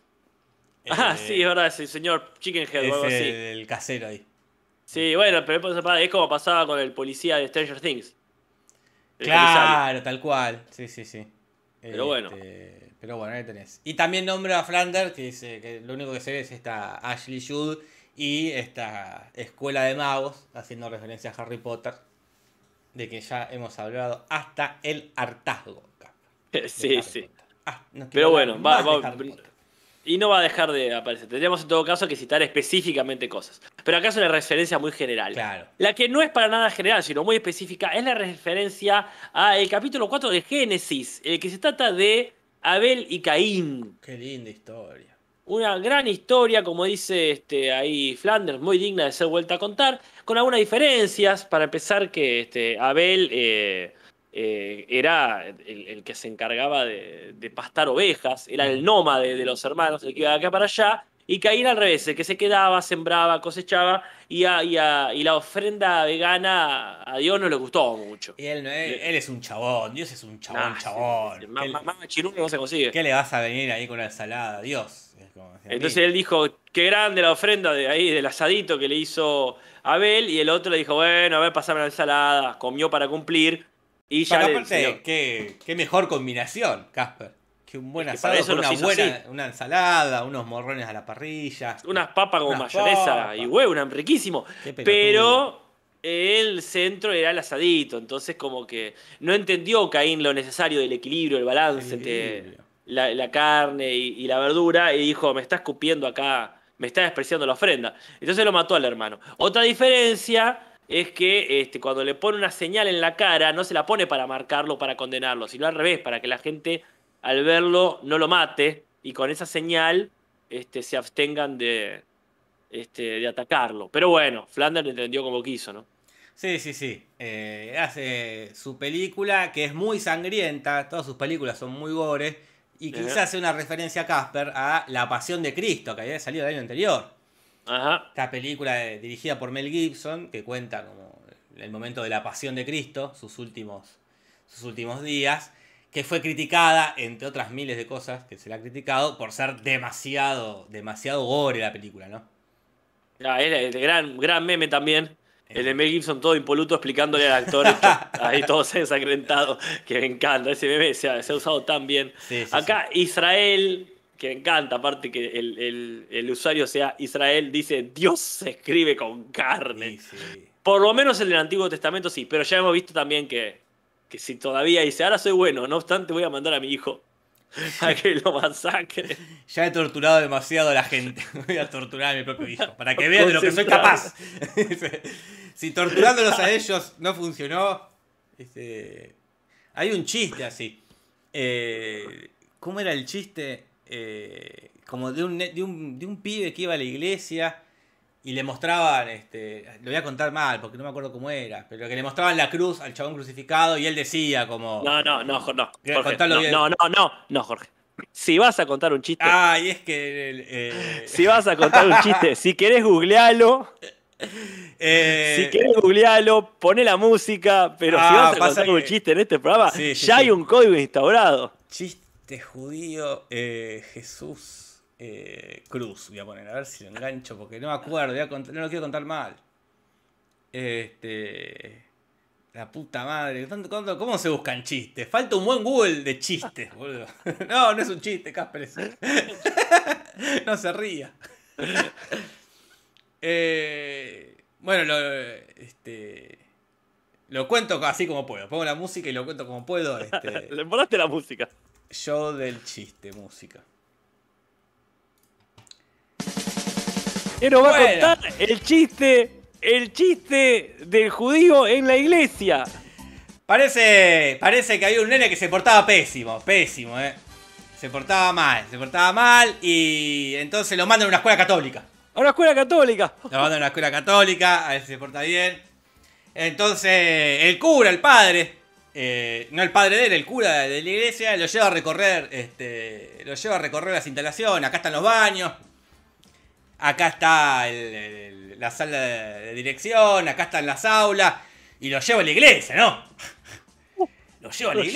Ah, sí, es verdad, es el señor Chickenhead o algo Es así. el casero ahí. Sí, bueno, pero es como pasaba con el policía de Stranger Things. El Claro, comisario. tal cual. Sí, sí, sí. Pero bueno. Pero bueno, ahí tenés. Y también nombra a Flanders, que dice que lo único que se ve es esta Ashley Judd y esta escuela de magos, haciendo referencia a Harry Potter. de que ya hemos hablado hasta el hartazgo. Sí, sí. No quiero Pero hablar bueno, más de Harry Potter. y no va a dejar de aparecer. Tendríamos en todo caso que citar específicamente cosas. Pero acá es una referencia muy general. Claro. La que no es para nada general, sino muy específica, es la referencia al capítulo 4 de Génesis, el que se trata de Abel y Caín. Qué linda historia. Una gran historia, como dice ahí Flanders, muy digna de ser vuelta a contar, con algunas diferencias. Para empezar, que Abel era el que se encargaba de pastar ovejas, era el nómade de los hermanos, el que iba de acá para allá, y Caín al revés, el que se quedaba, sembraba, cosechaba, y la ofrenda vegana a Dios no le gustó mucho. Y él es un chabón, Dios es un chabón, chabón. Sí. Más chiruno no se consigue. ¿Qué le vas a venir ahí con una ensalada? Dios. Entonces él dijo, qué grande la ofrenda de ahí, del asadito que le hizo Abel, y el otro le dijo, bueno, a ver, pasame la ensalada, comió para cumplir, y ya aparte, qué mejor combinación, Casper. Que un buen asado con una ensalada, unos morrones a la parrilla. Unas papas con mayonesa y huevo, riquísimo. Pero el centro era el asadito, entonces como que no entendió Caín lo necesario del equilibrio, el balance entre la carne y la verdura, y dijo, me está escupiendo acá, me está despreciando la ofrenda. Entonces lo mató al hermano. Otra diferencia es que cuando le pone una señal en la cara, no se la pone para marcarlo, para condenarlo, sino al revés, para que la gente al verlo no lo mate, y con esa señal se abstengan de atacarlo. Pero bueno, Flanders entendió como quiso, ¿no? Sí. Hace su película, que es muy sangrienta, todas sus películas son muy gore, y quizás hace una referencia a Casper a La Pasión de Cristo, que había salido el año anterior. Ajá. Esta película dirigida por Mel Gibson, que cuenta como el momento de la Pasión de Cristo, sus últimos días, que fue criticada, entre otras miles de cosas que se le ha criticado, por ser demasiado gore la película, ¿no? Es de gran meme también. El de Mel Gibson todo impoluto explicándole al actor ahí todo ensangrentado, que me encanta. Ese meme se ha usado tan bien. Sí, acá Israel, que me encanta, aparte que el usuario sea Israel, dice Dios se escribe con carne. Sí. Por lo menos en el Antiguo Testamento sí, pero ya hemos visto también que si todavía dice, ahora soy bueno, no obstante voy a mandar a mi hijo a que lo masacre. Ya he torturado demasiado a la gente. Voy a torturar a mi propio hijo, para que vean de lo que soy capaz. Si torturándolos a ellos no funcionó, hay un chiste así. ¿Cómo era el chiste? Como de un pibe que iba a la iglesia y le mostraban, lo voy a contar mal porque no me acuerdo cómo era, pero que le mostraban la cruz al chabón crucificado y él decía como... No, Jorge, Jorge. Si vas a contar un chiste... Y es que... Si vas a contar un chiste, si querés googlealo... Si querés googlealo, poné la música, pero si vas a contar un chiste en este programa, ya hay un código instaurado. Chiste judío, Jesús... Cruz, voy a poner, a ver si lo engancho porque no me acuerdo, no lo quiero contar mal. La puta madre, ¿cómo se buscan chistes? Falta un buen Google de chistes, boludo. No es un chiste, Casper. No se ría. Bueno, lo cuento así como puedo. Pongo la música y lo cuento como puedo. Le ponaste la música. Show del chiste, música. Pero va a contar el chiste del judío en la iglesia. Parece que había un nene que se portaba pésimo, Se portaba mal y entonces lo mandan a una escuela católica. A una escuela católica. Lo mandan a una escuela católica, a ver si se porta bien. Entonces el cura, el padre, no el padre de él, el cura de la iglesia, lo lleva a recorrer, las instalaciones. Acá están los baños. Acá está la sala de dirección, acá están las aulas. Y lo lleva a la iglesia, ¿no? Lo lleva a la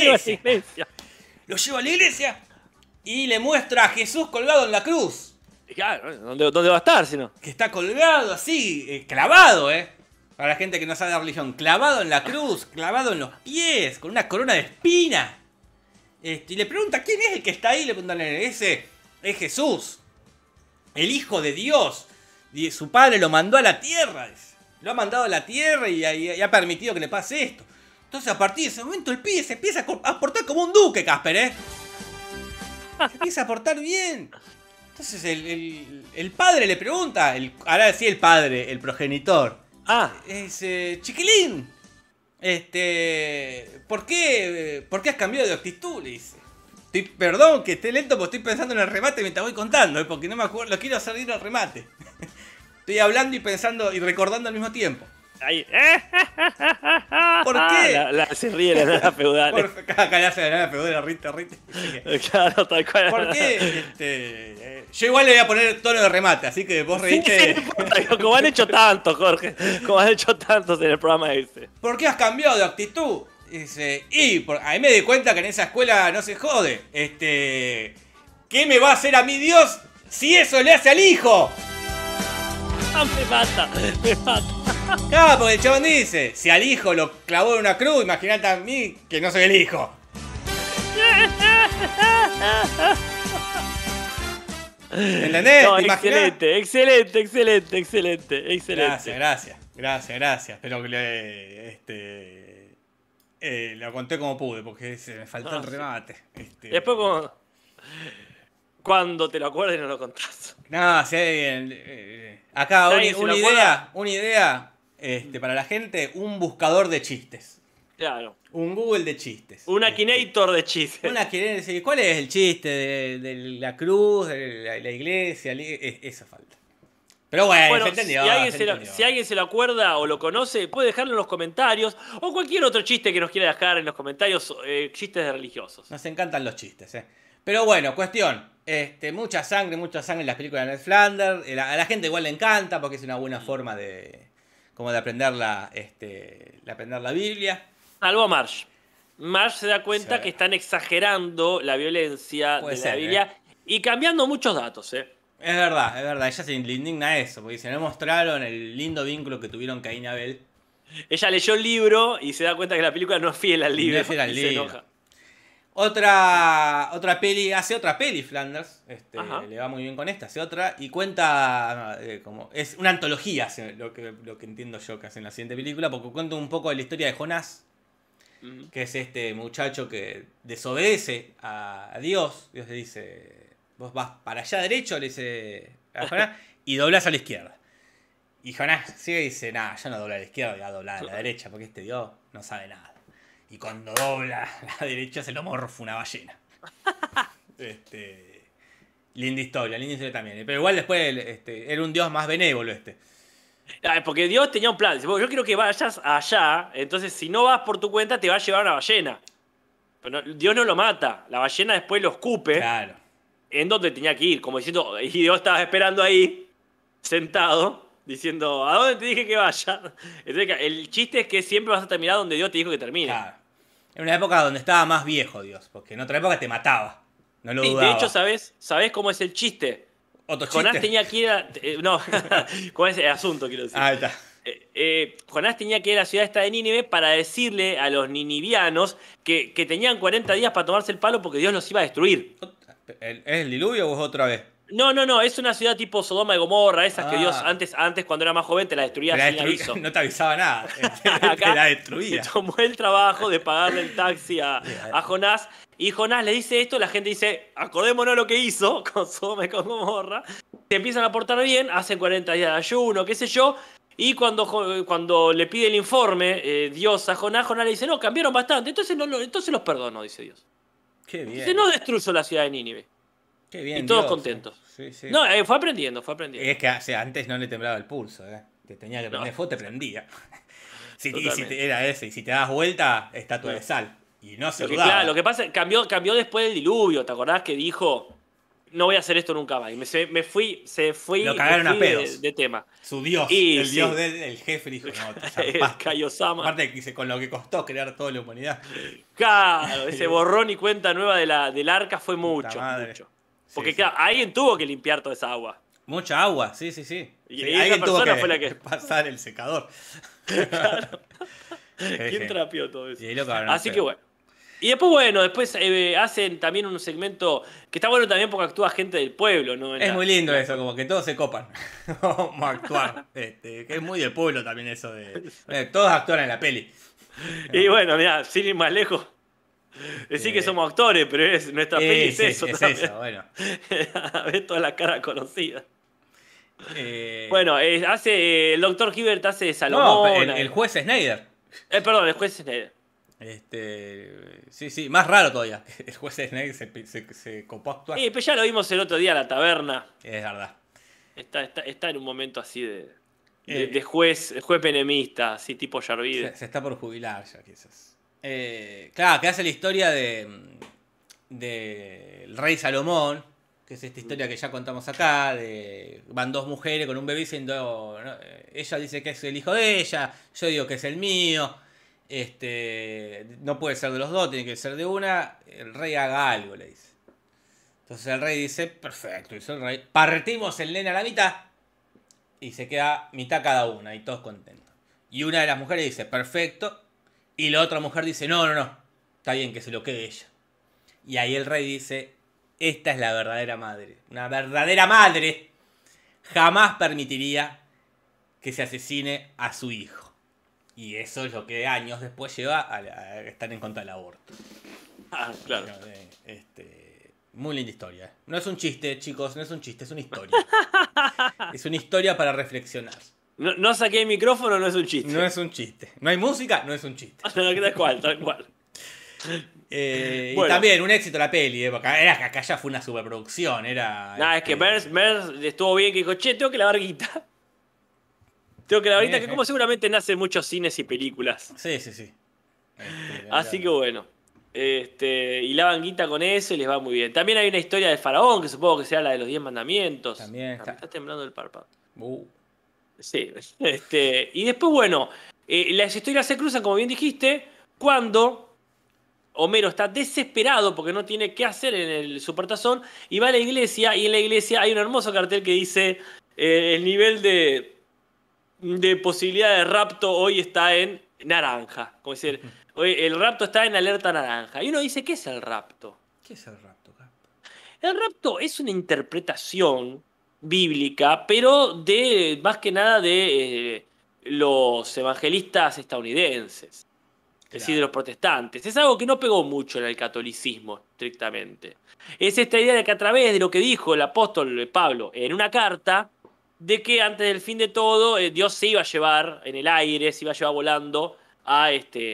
iglesia. Y le muestra a Jesús colgado en la cruz. Claro, ¿dónde va a estar si no? Que está colgado así, clavado, Para la gente que no sabe de religión. Clavado en la cruz, clavado en los pies, con una corona de espina. Y le pregunta, ¿quién es el que está ahí? Le preguntan, ese es Jesús. El Hijo de Dios. Y su padre lo mandó a la tierra. Lo ha mandado a la tierra y ha permitido que le pase esto. Entonces a partir de ese momento el pibe se empieza a portar como un duque, Casper, ¿eh? Se empieza a portar bien. Entonces el padre le pregunta, ahora sí el padre, el progenitor. Dice, chiquilín, ¿por qué has cambiado de actitud? Le dice. Perdón que esté lento porque estoy pensando en el remate mientras voy contando, porque no me acuerdo, lo quiero hacer ir al remate. Estoy hablando y pensando y recordando al mismo tiempo. Ahí. ¿Por qué? Se ríe la nada feudal. Acá le hace la nada feudal, rite. Claro, tal cual. ¿Por qué? Yo igual le voy a poner tono de remate, así que vos reíste. Sí, como han hecho tantos, Jorge. Como han hecho tantos en el programa ese. ¿Por qué has cambiado de actitud? Dice, ahí me di cuenta que en esa escuela no se jode. ¿Qué me va a hacer a mí Dios si eso le hace al hijo? Me mata. Claro, porque el chabón dice, si al hijo lo clavó en una cruz, imagínate a mí que no soy el hijo. ¿Entendés? No, ¿Te imaginás? excelente. Gracias. Pero que lo conté como pude, porque me faltó el remate. Después cuando te lo acuerdes no lo contás. No, si hay acá una idea para la gente, un buscador de chistes. Claro. Un Google de chistes. Un Akinator de chistes. ¿Cuál es el chiste de la cruz, de la iglesia? Eso falta. Pero bueno, se entendió. Si alguien se lo acuerda o lo conoce, puede dejarlo en los comentarios. O cualquier otro chiste que nos quiera dejar en los comentarios, chistes de religiosos. Nos encantan los chistes, Pero bueno, cuestión. Mucha sangre en las películas de Ned Flanders. A la gente igual le encanta porque es una buena forma de aprender la Biblia. Salvo a Marge. Marge se da cuenta que están exagerando la violencia de la Biblia y cambiando muchos datos, Es verdad. Ella se le indigna eso, porque se no mostraron el lindo vínculo que tuvieron Caín y Abel. Ella leyó el libro y se da cuenta que la película no es fiel al libro. No es fiel al libro. Se enoja. Otra peli, Flanders. Le va muy bien con esta. Hace otra y cuenta es una antología, lo que entiendo yo que hace en la siguiente película, porque cuenta un poco de la historia de Jonás. Que es este muchacho que desobedece a Dios. Dios le dice, vos vas para allá derecho, le dice a Jonás, y doblás a la izquierda. Y Jonás sigue y dice, yo no doblo a la izquierda, voy a doblar a la derecha, porque este Dios no sabe nada. Y cuando dobla a la derecha se lo morfa una ballena. Linda historia también. Pero igual después era un Dios más benévolo Porque Dios tenía un plan. Dice, yo quiero que vayas allá, entonces si no vas por tu cuenta te va a llevar una ballena. Pero Dios no lo mata. La ballena después lo escupe. Claro. En donde tenía que ir, como diciendo, y Dios estaba esperando ahí, sentado, diciendo, ¿a dónde te dije que vaya? Entonces, el chiste es que siempre vas a terminar donde Dios te dijo que termine. Claro. En una época donde estaba más viejo Dios, porque en otra época te mataba. No lo dudaba. De hecho, ¿sabés cómo es el chiste? Jonás tenía que ir a... no, ¿cuál es el asunto, quiero decir? Ahí está. Jonás tenía que ir a la ciudad esta de Nínive para decirle a los ninivianos que tenían 40 días para tomarse el palo porque Dios los iba a destruir. ¿Es el diluvio o es otra vez? No, es una ciudad tipo Sodoma y Gomorra, esas que Dios antes cuando era más joven te la destruía sin aviso. No te avisaba nada, te la destruía. Se tomó el trabajo de pagarle el taxi a Jonás, y Jonás le dice esto, la gente dice, acordémonos lo que hizo con Sodoma y con Gomorra, se empiezan a portar bien, hacen 40 días de ayuno, qué sé yo, y cuando le pide el informe Dios a Jonás le dice, no, cambiaron bastante, entonces los perdono, dice Dios. Qué bien. Dice, no destruyó la ciudad de Nínive. Qué bien, y todos Dios, contentos. Sí. No, fue aprendiendo. Es que antes no le temblaba el pulso, Te tenía que prender fuego, te prendía. Y era ese, y si te das vuelta, estatua de sal. Y no se dudaba. Claro, lo que pasa es que cambió después del diluvio, ¿te acordás que dijo, no voy a hacer esto nunca más? Y se fue. Lo cagaron a pedos. De tema. Su Dios, Dios del jefe dijo, no, te Kaiosama. Aparte que con lo que costó crear toda la humanidad. Claro, ese borrón y cuenta nueva del arca fue mucho. Porque claro, alguien tuvo que limpiar toda esa agua. Mucha agua, sí. Y alguien tuvo que fue la que pasar el secador. Claro. ¿Quién trapeó todo eso? Y ahí lo cagaron Así que bueno. Y después, bueno, después hacen también un segmento que está bueno también porque actúa gente del pueblo, ¿no? Es muy lindo eso, como que todos se copan. Vamos a actuar. Que es muy del pueblo también eso de. Todos actúan en la peli. Y bueno, mira, sin ir más lejos, decir que somos actores, pero nuestra peli es Sí, eso es también. eso, bueno. Ves toda la cara conocida. Eh, Bueno, el Dr. Hibbert hace de no, Salomón. el juez Snyder. Perdón, el juez Snyder. Sí, más raro todavía. El juez Snyder se copó a actuar. Pues ya lo vimos el otro día en la taberna. Es verdad. Está en un momento así de Eh, juez penemista, así tipo Yarvide. se está por jubilar ya, quizás. Claro, que hace la historia del rey Salomón, que es esta historia que ya contamos acá, van dos mujeres con un bebé diciendo, no, ella dice que es el hijo de ella, yo digo que es el mío, no puede ser de los dos, tiene que ser de una, el rey haga algo, le dice. Entonces el rey dice, perfecto, dice el rey, partimos el nene a la mitad y se queda mitad cada una y todos contentos. Y una de las mujeres dice, perfecto, y la otra mujer dice, no, está bien que se lo quede ella. Y ahí el rey dice, esta es la verdadera madre. Una verdadera madre jamás permitiría que se asesine a su hijo. Y eso es lo que años después lleva a estar en contra del aborto. Ah, claro. Muy linda historia. No es un chiste, chicos, no es un chiste, es una historia. Es una historia para reflexionar. No saqué el micrófono, no es un chiste. No es un chiste. No hay música, no es un chiste. Tal cual, tal cual. Y también un éxito la peli, porque acá ya fue una superproducción. Es que Mers estuvo bien que dijo, che, tengo que lavar guita. Que como seguramente nace en muchos cines y películas. Sí. Así que bueno. Y lavan guita con eso y les va muy bien. También hay una historia del faraón, que supongo que será la de los 10 mandamientos. También está. Me está temblando el párpado. Sí. Y después, bueno, las historias se cruzan, como bien dijiste, cuando Homero está desesperado porque no tiene qué hacer en el supertazón y va a la iglesia, y en la iglesia hay un hermoso cartel que dice el nivel de posibilidad de rapto hoy está en naranja. Como decir, hoy el rapto está en alerta naranja. Y uno dice, ¿qué es el rapto? ¿Qué es el rapto, Cap? El rapto es una interpretación bíblica, pero más que nada de los evangelistas estadounidenses. Es decir, de los protestantes. Es algo que no pegó mucho en el catolicismo, estrictamente. Es esta idea de que a través de lo que dijo el apóstol Pablo en una carta, de que antes del fin de todo, Dios se iba a llevar en el aire, se iba a llevar volando a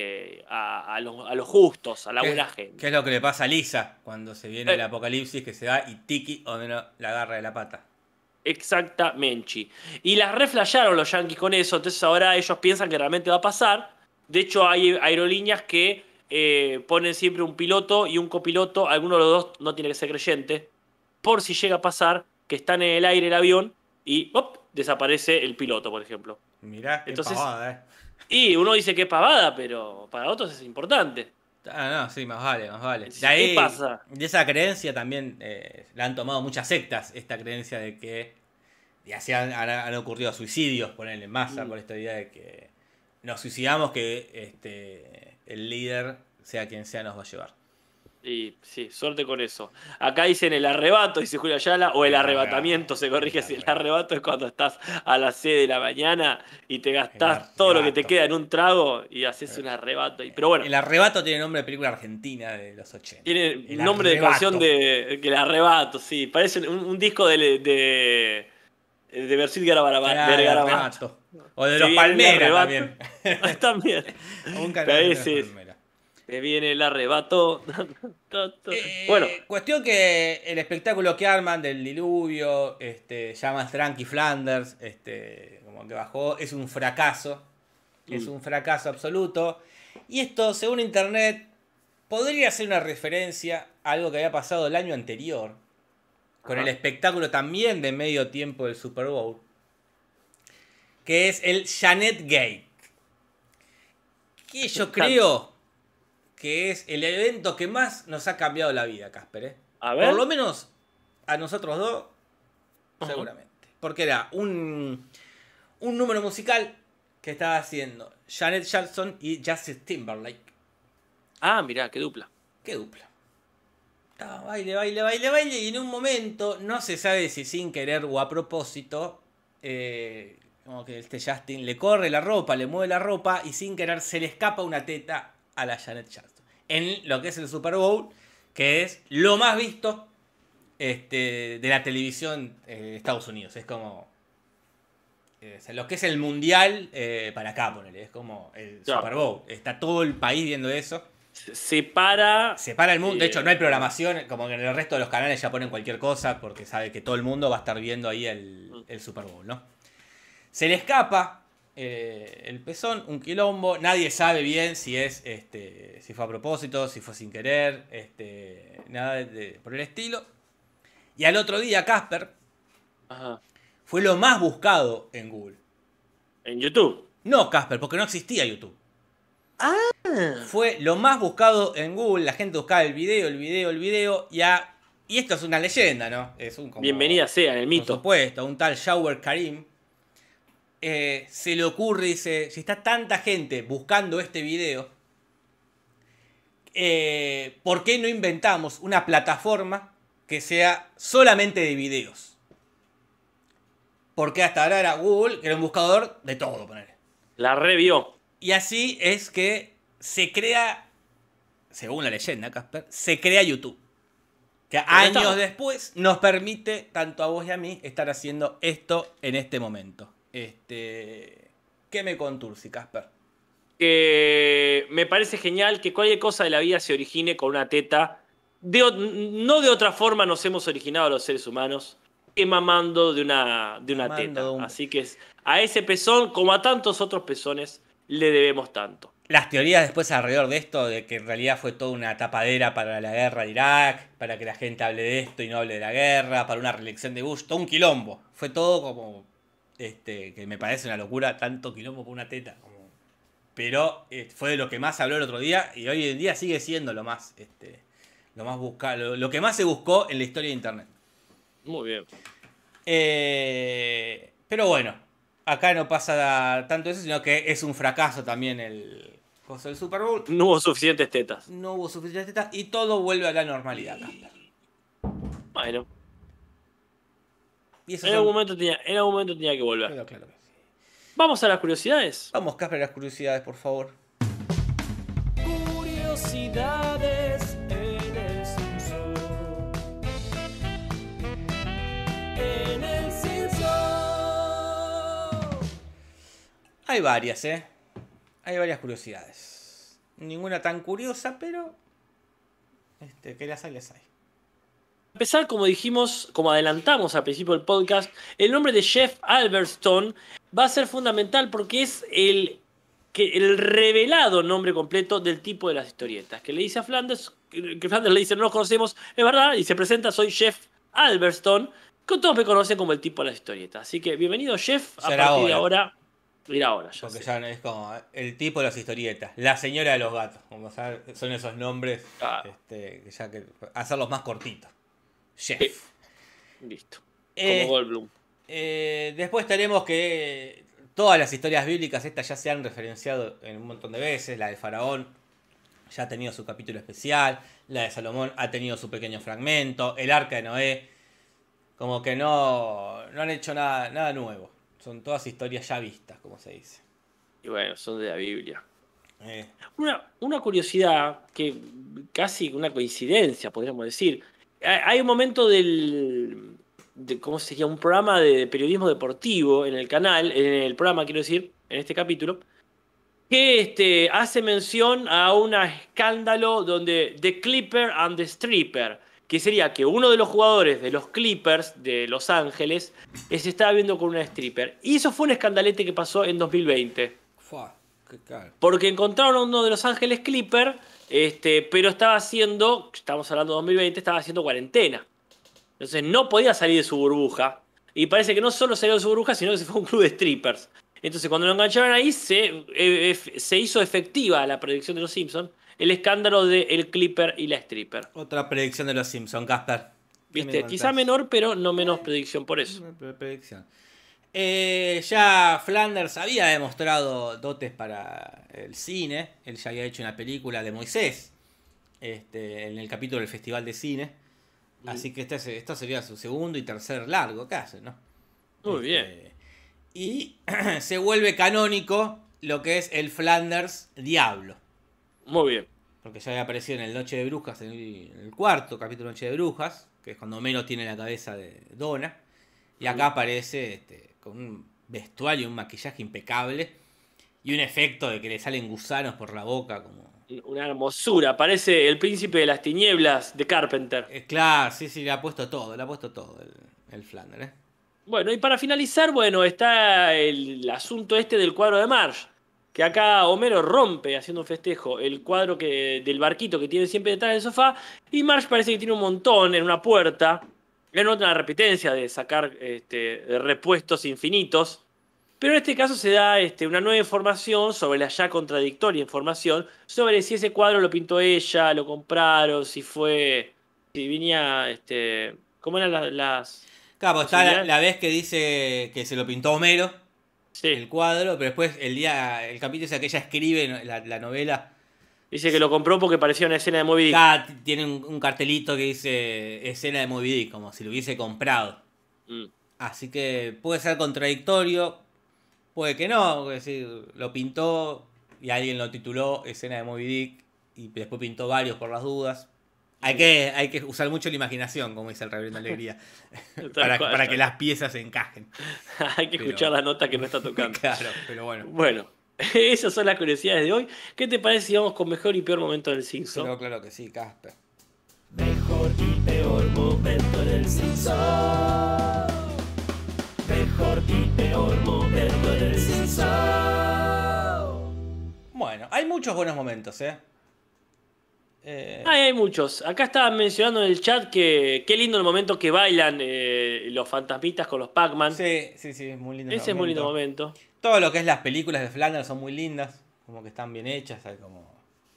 los justos, a la buena gente. ¿Qué es lo que le pasa a Lisa cuando se viene el Eh. apocalipsis, que se va y Tiki o menos la agarra de la pata? Exactamente. Y las reflasharon los yanquis con eso, entonces ahora ellos piensan que realmente va a pasar. De hecho, hay aerolíneas que ponen siempre un piloto y un copiloto, alguno de los dos no tiene que ser creyente, por si llega a pasar que están en el aire el avión y desaparece el piloto, por ejemplo. Mirá, qué Entonces, pavada, Y uno dice que es pavada, pero para otros es importante. No, sí, más vale. Sí, De ahí, ¿qué pasa? de esa creencia también la han tomado muchas sectas, esta creencia de que y así han ocurrido suicidios, ponerle en masa, por esta idea de que nos suicidamos, que el líder, sea quien sea, nos va a llevar. Y sí, suerte con eso. Acá dicen el arrebato, dice Julio Ayala, o el arrebatamiento, se corrige si el arrebato es cuando estás a las 6 de la mañana y te gastás todo lo que te queda en un trago y haces un arrebato. Pero bueno. El arrebato tiene nombre de película argentina de los 80. Tiene El nombre de canción que el arrebato, sí. Parece un disco de Versuit Garabato. O de los Palmeras también. También. Un canal de los Palmeras. Que viene el arrebato. Bueno. Cuestión que el espectáculo que arman del diluvio, llaman Frankie Flanders, como que bajó, es un fracaso. Es un fracaso absoluto. Y esto, según internet, podría ser una referencia a algo que había pasado el año anterior. Con el espectáculo también de medio tiempo del Super Bowl. Que es el Janet Gate. Que yo creo que es el evento que más nos ha cambiado la vida, Casper. A ver. Por lo menos a nosotros dos, seguramente. Porque era un número musical que estaba haciendo Janet Jackson y Justin Timberlake. Ah, mirá, qué dupla. qué dupla. Baile, baile, baile, baile. Y en un momento, no se sabe si sin querer o a propósito, como que este Justin le corre la ropa, le mueve la ropa y sin querer se le escapa una teta a la Janet Jackson. En lo que es el Super Bowl, que es lo más visto de la televisión de Estados Unidos. Es como lo que es el mundial para acá, ponele. Es como el Super Bowl. Está todo el país viendo eso. Separa el mundo. De hecho, no hay programación. Como que en el resto de los canales ya ponen cualquier cosa porque sabe que todo el mundo va a estar viendo ahí el Super Bowl, ¿no? Se le escapa el pezón, un quilombo. Nadie sabe bien si es si fue a propósito, si fue sin querer, nada por el estilo. Y al otro día Casper fue lo más buscado en Google. ¿En YouTube? No Casper, porque no existía YouTube. Fue lo más buscado en Google. La gente buscaba el video. Y esto es una leyenda, ¿no? Es bienvenida sea en el mito. Por supuesto, un tal Shower Karim. Se le ocurre, dice, si está tanta gente buscando este video, ¿por qué no inventamos una plataforma que sea solamente de videos? Porque hasta ahora era Google, que era un buscador de todo, ponele. La revió. Y así es que se crea, según la leyenda, Casper, se crea YouTube. Que años después nos permite, tanto a vos y a mí, estar haciendo esto en este momento. ¿Qué me contursi, Casper? Que me parece genial que cualquier cosa de la vida se origine con una teta. No de otra forma nos hemos originado los seres humanos que mamando de una teta. Así que a ese pezón, como a tantos otros pezones, le debemos tanto. Las teorías después alrededor de esto, de que en realidad fue toda una tapadera para la guerra de Irak, para que la gente hable de esto y no hable de la guerra, para una reelección de Bush, todo un quilombo. Fue todo como, que me parece una locura, tanto quilombo por una teta. Pero fue de lo que más se habló el otro día y hoy en día sigue siendo lo más buscado, lo que más se buscó en la historia de internet. Muy bien. Pero bueno, acá no pasa tanto eso, sino que es un fracaso también el Super Bowl. No hubo suficientes tetas. Y todo vuelve a la normalidad, Casper. Bueno. Y en algún momento tenía que volver. Claro que sí. ¿Vamos a las curiosidades? Vamos, Casper, a las curiosidades, por favor. Curiosidades en el Simpson. En el Simpson. Hay varias, Hay varias curiosidades. Ninguna tan curiosa, pero que las hay, las hay. A empezar, como dijimos, como adelantamos al principio del podcast, el nombre de Jeff Albertson va a ser fundamental porque es el revelado nombre completo del tipo de las historietas. Que le dice a Flanders, que Flanders le dice, no nos conocemos, es verdad, y se presenta, soy Jeff Albertson, que todos me conocen como el tipo de las historietas. Así que bienvenido, Jeff, a partir de ahora. Mira ahora, ya porque sé. ya es como el tipo de las historietas, la señora de los gatos, como son esos nombres, ya que hacerlos más cortitos. Jeff. Listo. Como Goldblum. Después tenemos que todas las historias bíblicas estas ya se han referenciado en un montón de veces. La de Faraón ya ha tenido su capítulo especial. La de Salomón ha tenido su pequeño fragmento. El Arca de Noé. Como que no han hecho nada nuevo. Son todas historias ya vistas, como se dice. Y bueno, son de la Biblia. Una curiosidad, que casi una coincidencia, podríamos decir. Hay un momento ¿cómo se llama? Un programa de periodismo deportivo en el canal, en el programa, quiero decir, en este capítulo, que hace mención a un escándalo donde The Clipper and the Stripper, que sería que uno de los jugadores de los Clippers de Los Ángeles se estaba viendo con una stripper. Y eso fue un escandalete que pasó en 2020. Porque encontraron a uno de Los Ángeles Clipper, pero estamos hablando de 2020, estaba haciendo cuarentena. Entonces no podía salir de su burbuja. Y parece que no solo salió de su burbuja, sino que se fue a un club de strippers. Entonces cuando lo engancharon ahí, se hizo efectiva la predicción de los Simpsons. El escándalo de el Clipper y la stripper. Otra predicción de los Simpsons, Casper. ¿Viste? Quizá menor, pero no menos predicción por eso. Predicción. Ya Flanders había demostrado dotes para el cine. Él ya había hecho una película de Moisés, en el capítulo del Festival de Cine. Así que esto sería su segundo y tercer largo que hace, ¿no? Muy bien. Y se vuelve canónico lo que es el Flanders Diablo. Muy bien. Porque ya había aparecido en el Noche de Brujas, en el cuarto capítulo de Noche de Brujas, que es cuando Homero tiene la cabeza de Donna. Y acá aparece con un vestuario, un maquillaje impecable y un efecto de que le salen gusanos por la boca. Como... Una hermosura. Parece el príncipe de las tinieblas de Carpenter. Claro, sí, le ha puesto todo el Flanders. Bueno, y para finalizar, está el asunto del cuadro de Marge. Que acá Homero rompe haciendo un festejo el cuadro del barquito que tiene siempre detrás del sofá. Y Marge parece que tiene un montón en una puerta. Le nota una repitencia de sacar repuestos infinitos. Pero en este caso se da una nueva información sobre la ya contradictoria información sobre si ese cuadro lo pintó ella, lo compraron, si venía, ¿cómo eran las Claro, pues está la vez que dice que se lo pintó Homero, sí. El cuadro, pero después el capítulo dice que ella escribe la novela. Dice que lo compró porque parecía una escena de Moby Dick. Acá tiene un cartelito que dice escena de Moby Dick, como si lo hubiese comprado. Así que puede ser contradictorio, puede que no, es decir, lo pintó y alguien lo tituló escena de Moby Dick y después pintó varios por las dudas. Hay que usar mucho la imaginación, como dice el Reverendo Alegría, para que las piezas se encajen. Hay que escuchar la nota que no está tocando. Claro, pero bueno. Bueno, esas son las curiosidades de hoy. ¿Qué te parece si vamos con mejor y peor momento del Simpson? Pero claro que sí, Casper. Mejor y peor momento del Simpson. Mejor y peor momento del Simpson. Bueno, hay muchos buenos momentos, Hay muchos. Acá estaban mencionando en el chat que qué lindo el momento que bailan los fantasmitas con los Pac-Man. Sí, es muy lindo. Ese es muy lindo momento. Todo lo que es las películas de Flanders son muy lindas, como que están bien hechas, hay como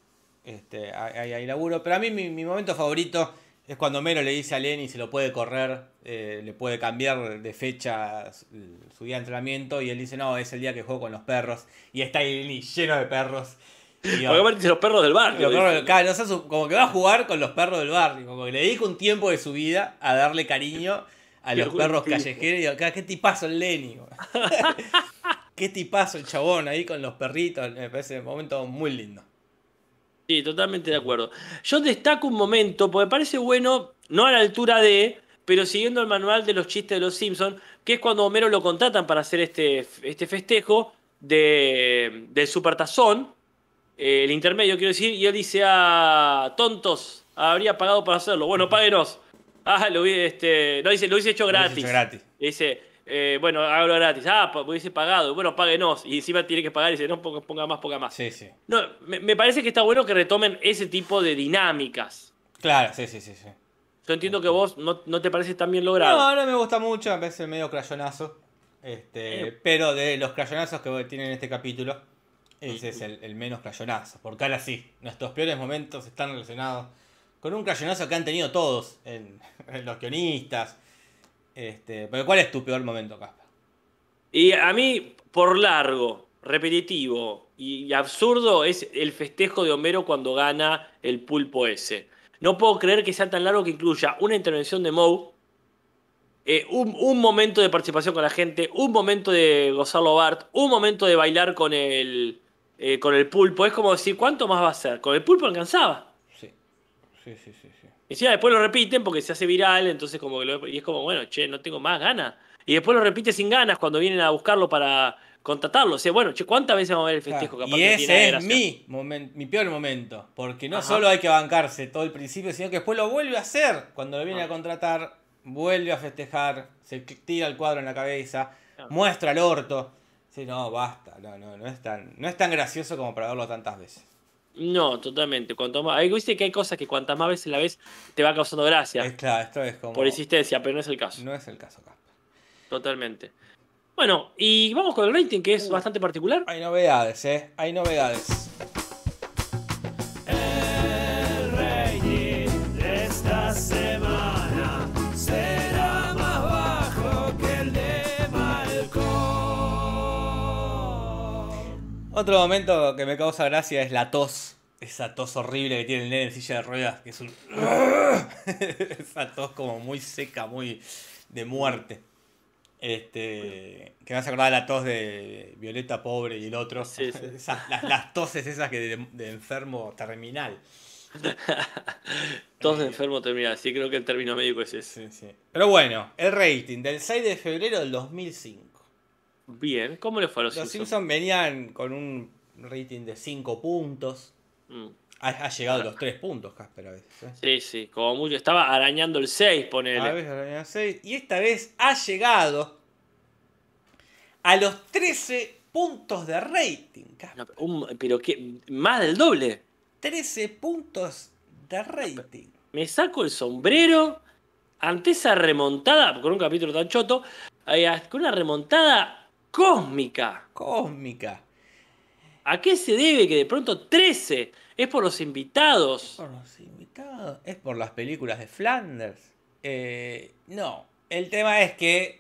hay laburo. Pero a mí mi momento favorito es cuando Homero le dice a Lenny si lo puede correr, le puede cambiar de fecha su día de entrenamiento, y él dice no, es el día que juego con los perros, y está ahí Lenny lleno de perros. Porque aparte dice los perros del barrio. Claro, como que va a jugar con los perros del barrio, como que le dedica un tiempo de su vida a darle cariño a los perros callejeros. Y digo, qué tipazo el Lenny. Qué tipazo el chabón ahí con los perritos. Me parece un momento muy lindo. Sí, totalmente de acuerdo. Yo destaco un momento, porque parece bueno, no a la altura pero siguiendo el manual de los chistes de los Simpsons, que es cuando Homero lo contratan para hacer este festejo del Supertazón, el intermedio quiero decir, y él dice, tontos, habría pagado para hacerlo. Bueno, páguenos. Lo hubiese hecho gratis. Dice, hágalo gratis. Hubiese pagado. Bueno, páguenos. Y encima tiene que pagar y dice, no, ponga más. Sí. No, me parece que está bueno que retomen ese tipo de dinámicas. Claro, sí. Yo entiendo que vos no te parece tan bien logrado. No me gusta mucho, me parece medio crayonazo. Pero de los crayonazos que tienen en este capítulo, ese es el menos crayonazo. Porque ahora sí, nuestros peores momentos están relacionados con un crayonazo que han tenido todos en los guionistas. Pero ¿cuál es tu peor momento, Casper? Y a mí, por largo, repetitivo y absurdo, es el festejo de Homero cuando gana el pulpo ese. No puedo creer que sea tan largo que incluya una intervención de Moe, un momento de participación con la gente, un momento de gozarlo Bart, un momento de bailar con el pulpo. Es como decir, ¿cuánto más va a ser? Con el pulpo alcanzaba. Sí. Y encima después lo repiten porque se hace viral, entonces como que y es como, bueno, no tengo más ganas. Y después lo repite sin ganas cuando vienen a buscarlo para contratarlo. O sea, bueno, ¿cuántas veces vamos a ver el festejo? Y ese es mi peor momento. Porque no solo hay que bancarse todo el principio, sino que después lo vuelve a hacer. Cuando lo vienen a contratar, vuelve a festejar, se tira el cuadro en la cabeza, muestra el orto. Sí, no, basta. No es tan gracioso como para verlo tantas veces. No, totalmente. Cuanto más, dice que hay cosas que cuantas más veces la ves te va causando gracia. Claro, esto es como... Por existencia, pero no es el caso. No es el caso, Casper. Totalmente. Bueno, y vamos con el rating, que es bastante particular. Hay novedades, Hay novedades. El rating de esta semana será más bajo que el de Malcolm. Otro momento que me causa gracia es la tos esa tos horrible que tiene el nene en silla de ruedas, que es un... esa tos como muy seca, muy de muerte. Que me hace acordar la tos de Violeta Pobre y el otro. Sí, sí. Las toses esas que de enfermo terminal. Tos de enfermo terminal. Sí, creo que el término médico es ese. Sí, sí. Pero bueno, el rating del 6 de febrero del 2005. Bien, ¿cómo le fue a los Los Simpsons? Simpsons venían con un rating de 5 puntos. Mm. Ha llegado a los 3 puntos, Casper, a veces. Sí, sí, como mucho. Estaba arañando el 6, A ponele. veces venía a 6. Y esta vez ha llegado a los 13 puntos de rating, Casper. No, pero qué, más del doble. 13 puntos de rating. Me saco el sombrero ante esa remontada, con un capítulo tan choto, con una remontada cósmica. Cósmica. ¿A qué se debe que de pronto 13? ¿Es por los invitados? Por los invitados. Es por las películas de Flanders. No. El tema es que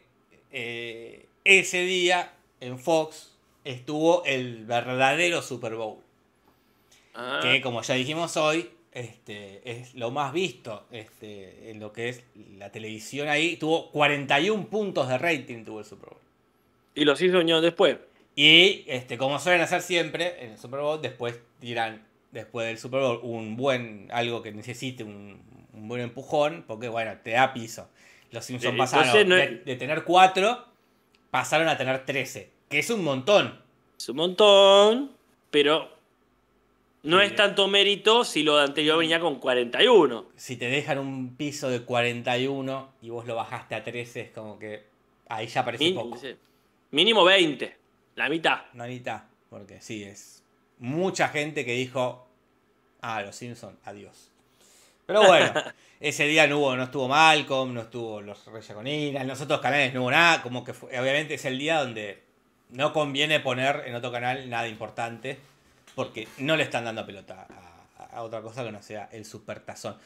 ese día en Fox estuvo el verdadero Super Bowl. Ah, Que como ya dijimos hoy, es lo más visto en lo que es la televisión ahí. Tuvo 41 puntos de rating tuvo el Super Bowl. y los hizo años después. Y como suelen hacer siempre, en el Super Bowl después dirán, después del Super Bowl, algo que necesite un buen empujón, porque bueno, te da piso. Los Simpsons Entonces, pasaron no de tener 4, pasaron a tener 13, que es un montón. es un montón, pero no Sí. es tanto mérito si lo de anterior venía con 41. Si te dejan un piso de 41 y vos lo bajaste a 13, es como que ahí ya parece poco. Mínimo 20, la mitad. No necesita, porque sí, es mucha gente que dijo, los Simpsons, adiós. Pero bueno, ese día no estuvo Malcolm, no estuvo Los Reyes con Ira, en los otros canales no hubo nada, como que obviamente es el día donde no conviene poner en otro canal nada importante, porque no le están dando pelota a otra cosa que no sea el supertazón.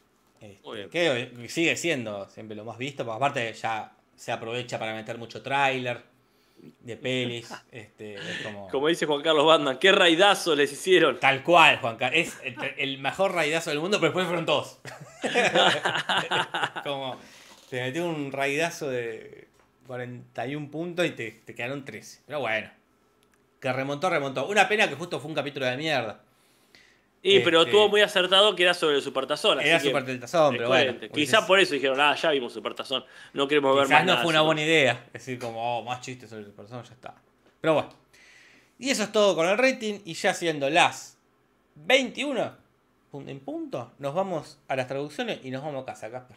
Que sigue siendo siempre lo más visto, porque aparte ya se aprovecha para meter mucho tráiler de pelis. Es Como dice Juan Carlos Batman, qué raidazo les hicieron. Tal cual, Juan Carlos. Es el mejor raidazo del mundo, pero después fueron todos. Como te metió un raidazo de 41 puntos y te quedaron 13. Pero bueno, que remontó. Una pena que justo fue un capítulo de mierda. Pero estuvo muy acertado que era sobre el Supertazón. Era Supertazón, pero bueno. Quizá por eso dijeron, ya vimos Supertazón, no queremos ver más Quizás no nada. fue una buena idea. Es decir, como, más chistes sobre el Supertazón, ya está. Pero bueno. Y eso es todo con el rating. Y ya siendo las 21 en punto, nos vamos a las traducciones y nos vamos a casa, Casper.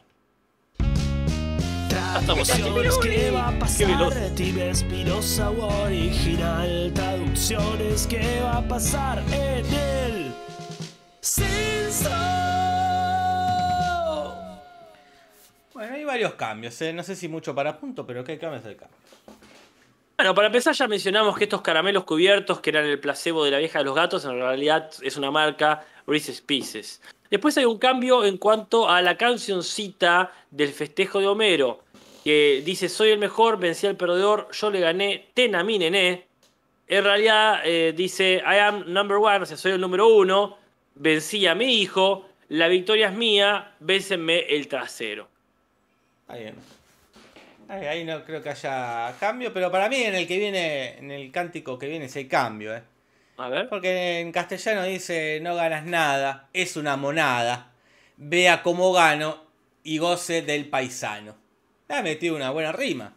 Traducciones, ¿qué va a Qué pasar? veloz. Steve Espirosa original. Traducciones, ¿qué va a pasar en el Simpson? Bueno, hay varios cambios, no sé si mucho para punto, pero ¿qué cambios hay cambio? Bueno, para empezar ya mencionamos que estos caramelos cubiertos, que eran el placebo de la vieja de los gatos, en realidad es una marca Reese's Pieces. Después hay un cambio en cuanto a la cancioncita del festejo de Homero, que dice, soy el mejor, vencí al perdedor, yo le gané, ten a mi nené. En realidad dice, I am number one, o sea, soy el número 1, vencí a mi hijo, la victoria es mía, bésenme el trasero. Ahí bien. Ahí no creo que haya cambio, pero para mí en el que viene, en el cántico que viene sí hay cambio, A ver. Porque en castellano dice, no ganas nada, es una monada, vea cómo gano y goce del paisano. Le ha metido una buena rima.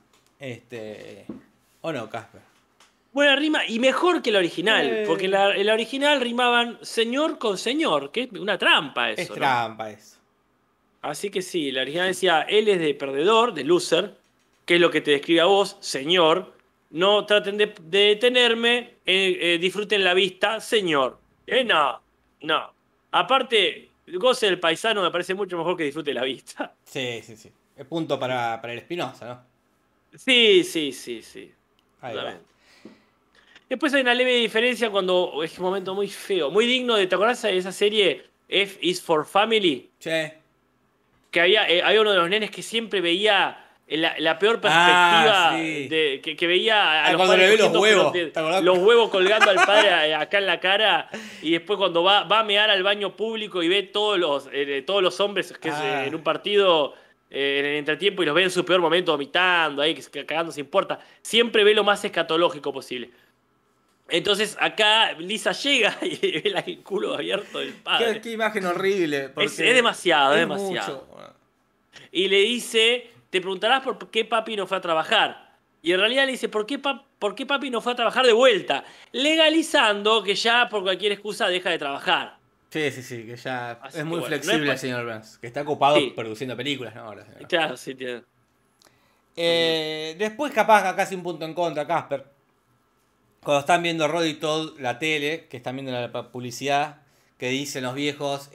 ¿O no, Casper? Buena rima y mejor que la original, porque en la original rimaban señor con señor, que es una trampa eso. Es ¿no? trampa eso. Así que sí, la original decía, él es de perdedor, de loser, que es lo que te describe a vos, señor. No traten de detenerme, disfruten la vista, señor. No. Aparte, goce del paisano me parece mucho mejor que disfrute la vista. Sí. Es punto para el Espinosa, ¿no? Sí. Ahí va. Totalmente. Después hay una leve diferencia cuando es un momento muy feo, muy digno de, ¿te acordás de esa serie F is for Family? Che. Que había uno de los nenes que siempre veía la peor perspectiva sí. que veía a los cuando le padres ve los cogiendo huevos, con ¿te acordás? los huevos colgando al padre acá en la cara, y después cuando va a mear al baño público y ve todos los hombres que es, en un partido en el entretiempo y los ve en su peor momento vomitando ahí, cagando se importa, siempre ve lo más escatológico posible. Entonces acá Lisa llega y ve el culo abierto del padre. Qué imagen horrible. Es Porque demasiado, es es demasiado. mucho. Y le dice, te preguntarás por qué papi no fue a trabajar. Y en realidad le dice, ¿por qué papi no fue a trabajar de vuelta? Legalizando que ya por cualquier excusa deja de trabajar. Sí, que ya Así es que muy bueno, flexible no el es señor Burns, que está ocupado Sí, produciendo películas, ¿no? Ahora, señor. claro, sí tiene. Después capaz acá hace un punto en contra, Casper. Cuando están viendo Rod y Todd la tele, que están viendo la publicidad, que dicen los viejos,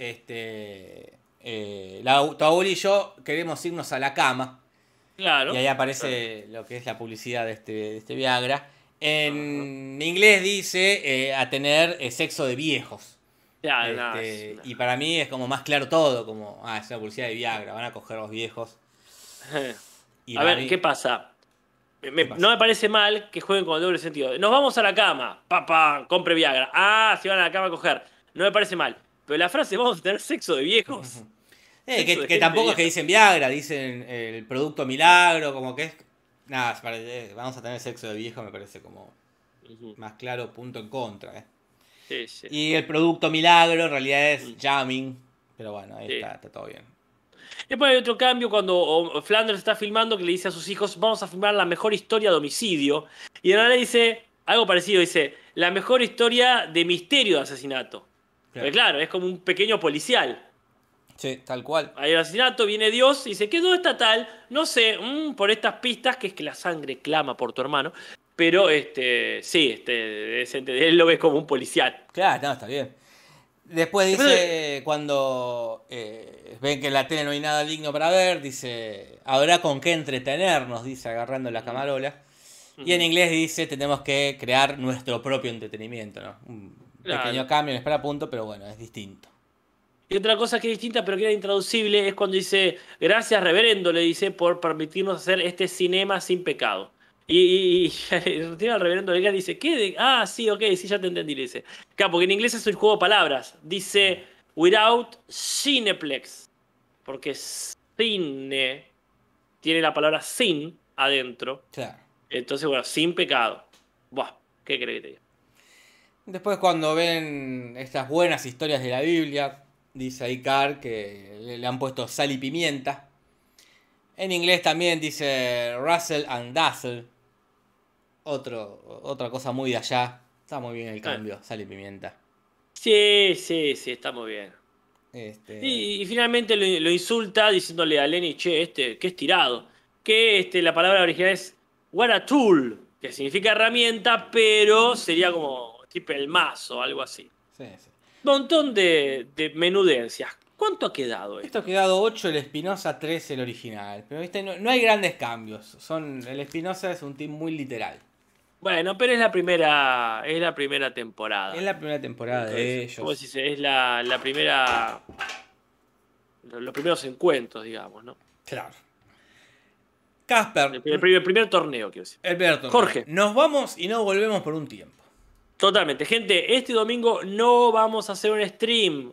tu abuelo y yo queremos irnos a la cama. Claro. Y ahí aparece lo que es la publicidad de este Viagra. En inglés dice a tener sexo de viejos. Claro, nada, Y para mí es como más claro todo, como, es una publicidad de Viagra, van a coger los viejos. Y A para ver, mí- ¿qué pasa? ¿Qué pasa? No me parece mal que jueguen con el doble sentido. Nos vamos a la cama. Papá, compre Viagra. Ah, se van a la cama a coger. No me parece mal. Pero la frase, vamos a tener sexo de viejos. Sexo de Que gente tampoco es que vieja. dicen Viagra, dicen el producto milagro, como que es... Nada, vamos a tener sexo de viejo, me parece como Ujú. más claro, punto en contra. Sí, sí. Y el producto milagro en realidad es jamming, pero bueno, ahí Sí. está todo bien. Después hay otro cambio cuando Flanders está filmando que le dice a sus hijos, vamos a filmar la mejor historia de homicidio. Y en realidad dice algo parecido, dice, la mejor historia de misterio de asesinato. Pero claro, es como un pequeño policial. Sí, tal cual. Hay un asesinato, viene Dios y dice, ¿qué dónde está tal? No sé, por estas pistas, que es que la sangre clama por tu hermano. Pero sí, él lo ve como un policial. Claro, no, está bien. Después dice, cuando ven que en la tele no hay nada digno para ver, dice, habrá con qué entretenernos, dice, agarrando la camarola. Y en inglés dice, tenemos que crear nuestro propio entretenimiento, ¿no? Un Claro. pequeño cambio, no es para punto, pero bueno, es distinto. Y otra cosa que es distinta, pero que era intraducible, es cuando dice, gracias reverendo, le dice, por permitirnos hacer este cinema sin pecado. Y retiene al reverendo legal y dice, ¿qué? Sí, ok, sí, ya te entendí, le dice. Claro, porque en inglés es un juego de palabras. Dice, without cineplex. Porque cine tiene la palabra sin adentro. Claro. Entonces, bueno, sin pecado. Buah, ¿qué crees que te diga? Después cuando ven estas buenas historias de la Biblia, dice ahí Carr que le han puesto sal y pimienta. En inglés también dice Russell and Dazzle. Otra cosa muy de allá. Está muy bien el cambio, sal y pimienta. Sí, está muy bien. Este, Y finalmente lo insulta diciéndole a Lenny, che, que es tirado. Que la palabra original es what a tool, que significa herramienta, pero sería como tipo el mazo, algo así. sí. Montón de menudencias. ¿Cuánto ha quedado esto? Esto ha quedado 8 el Espinosa, 3 el original. Pero viste, no hay grandes cambios. El Espinosa es un team muy literal. Bueno, pero es la primera temporada. Es la primera temporada de ¿Cómo ellos. decís? Es la primera. Los primeros encuentros, digamos, ¿no? Claro. Casper, El primer torneo, quiero decir. Alberto, Jorge. nos vamos y no volvemos por un tiempo. Totalmente. Gente, este domingo no vamos a hacer un stream.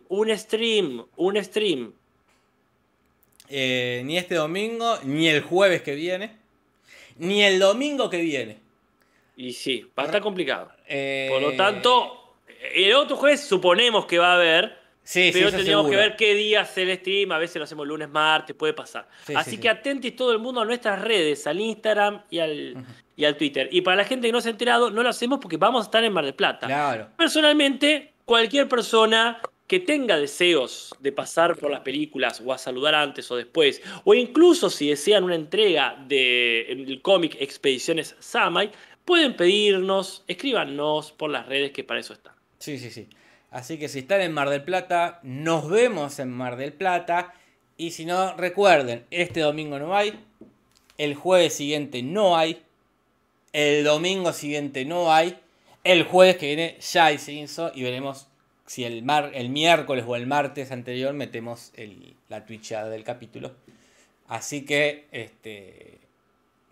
Ni este domingo, ni el jueves que viene, ni el domingo que viene. Y sí, va a estar complicado. Eh, Por lo tanto, el otro jueves suponemos que va a haber. Sí, Pero eso tendríamos que seguro. ver qué día hacer el stream. A veces lo hacemos lunes, martes, puede pasar. Sí, Así sí, que sí. atentis todo el mundo a nuestras redes, al Instagram y al Twitter. Y para la gente que no se ha enterado, no lo hacemos porque vamos a estar en Mar del Plata. Claro. Personalmente, cualquier persona que tenga deseos de pasar por las películas o a saludar antes o después, o incluso si desean una entrega del cómic Expediciones Samai, pueden pedirnos, escríbanos por las redes que para eso están. Sí. Así que si están en Mar del Plata, nos vemos en Mar del Plata. Y si no, recuerden, este domingo no hay, el jueves siguiente no hay, el domingo siguiente no hay, el jueves que viene ya hay Simpson y veremos si el miércoles o el martes anterior metemos la twitchada del capítulo. Así que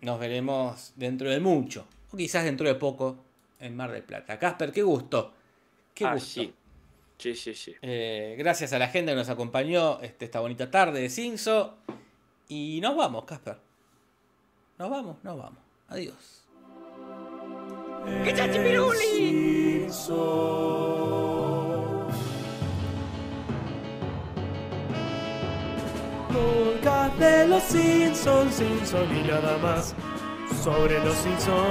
nos veremos dentro de mucho, o quizás dentro de poco, en Mar del Plata. Casper, qué gusto. Qué gusto. Sí. Sí. Gracias a la gente que nos acompañó esta bonita tarde de Cinso. Y nos vamos, Casper. Nos vamos. Adiós. Podcast de los Simpsons y nada más. Sobre los Simpsons.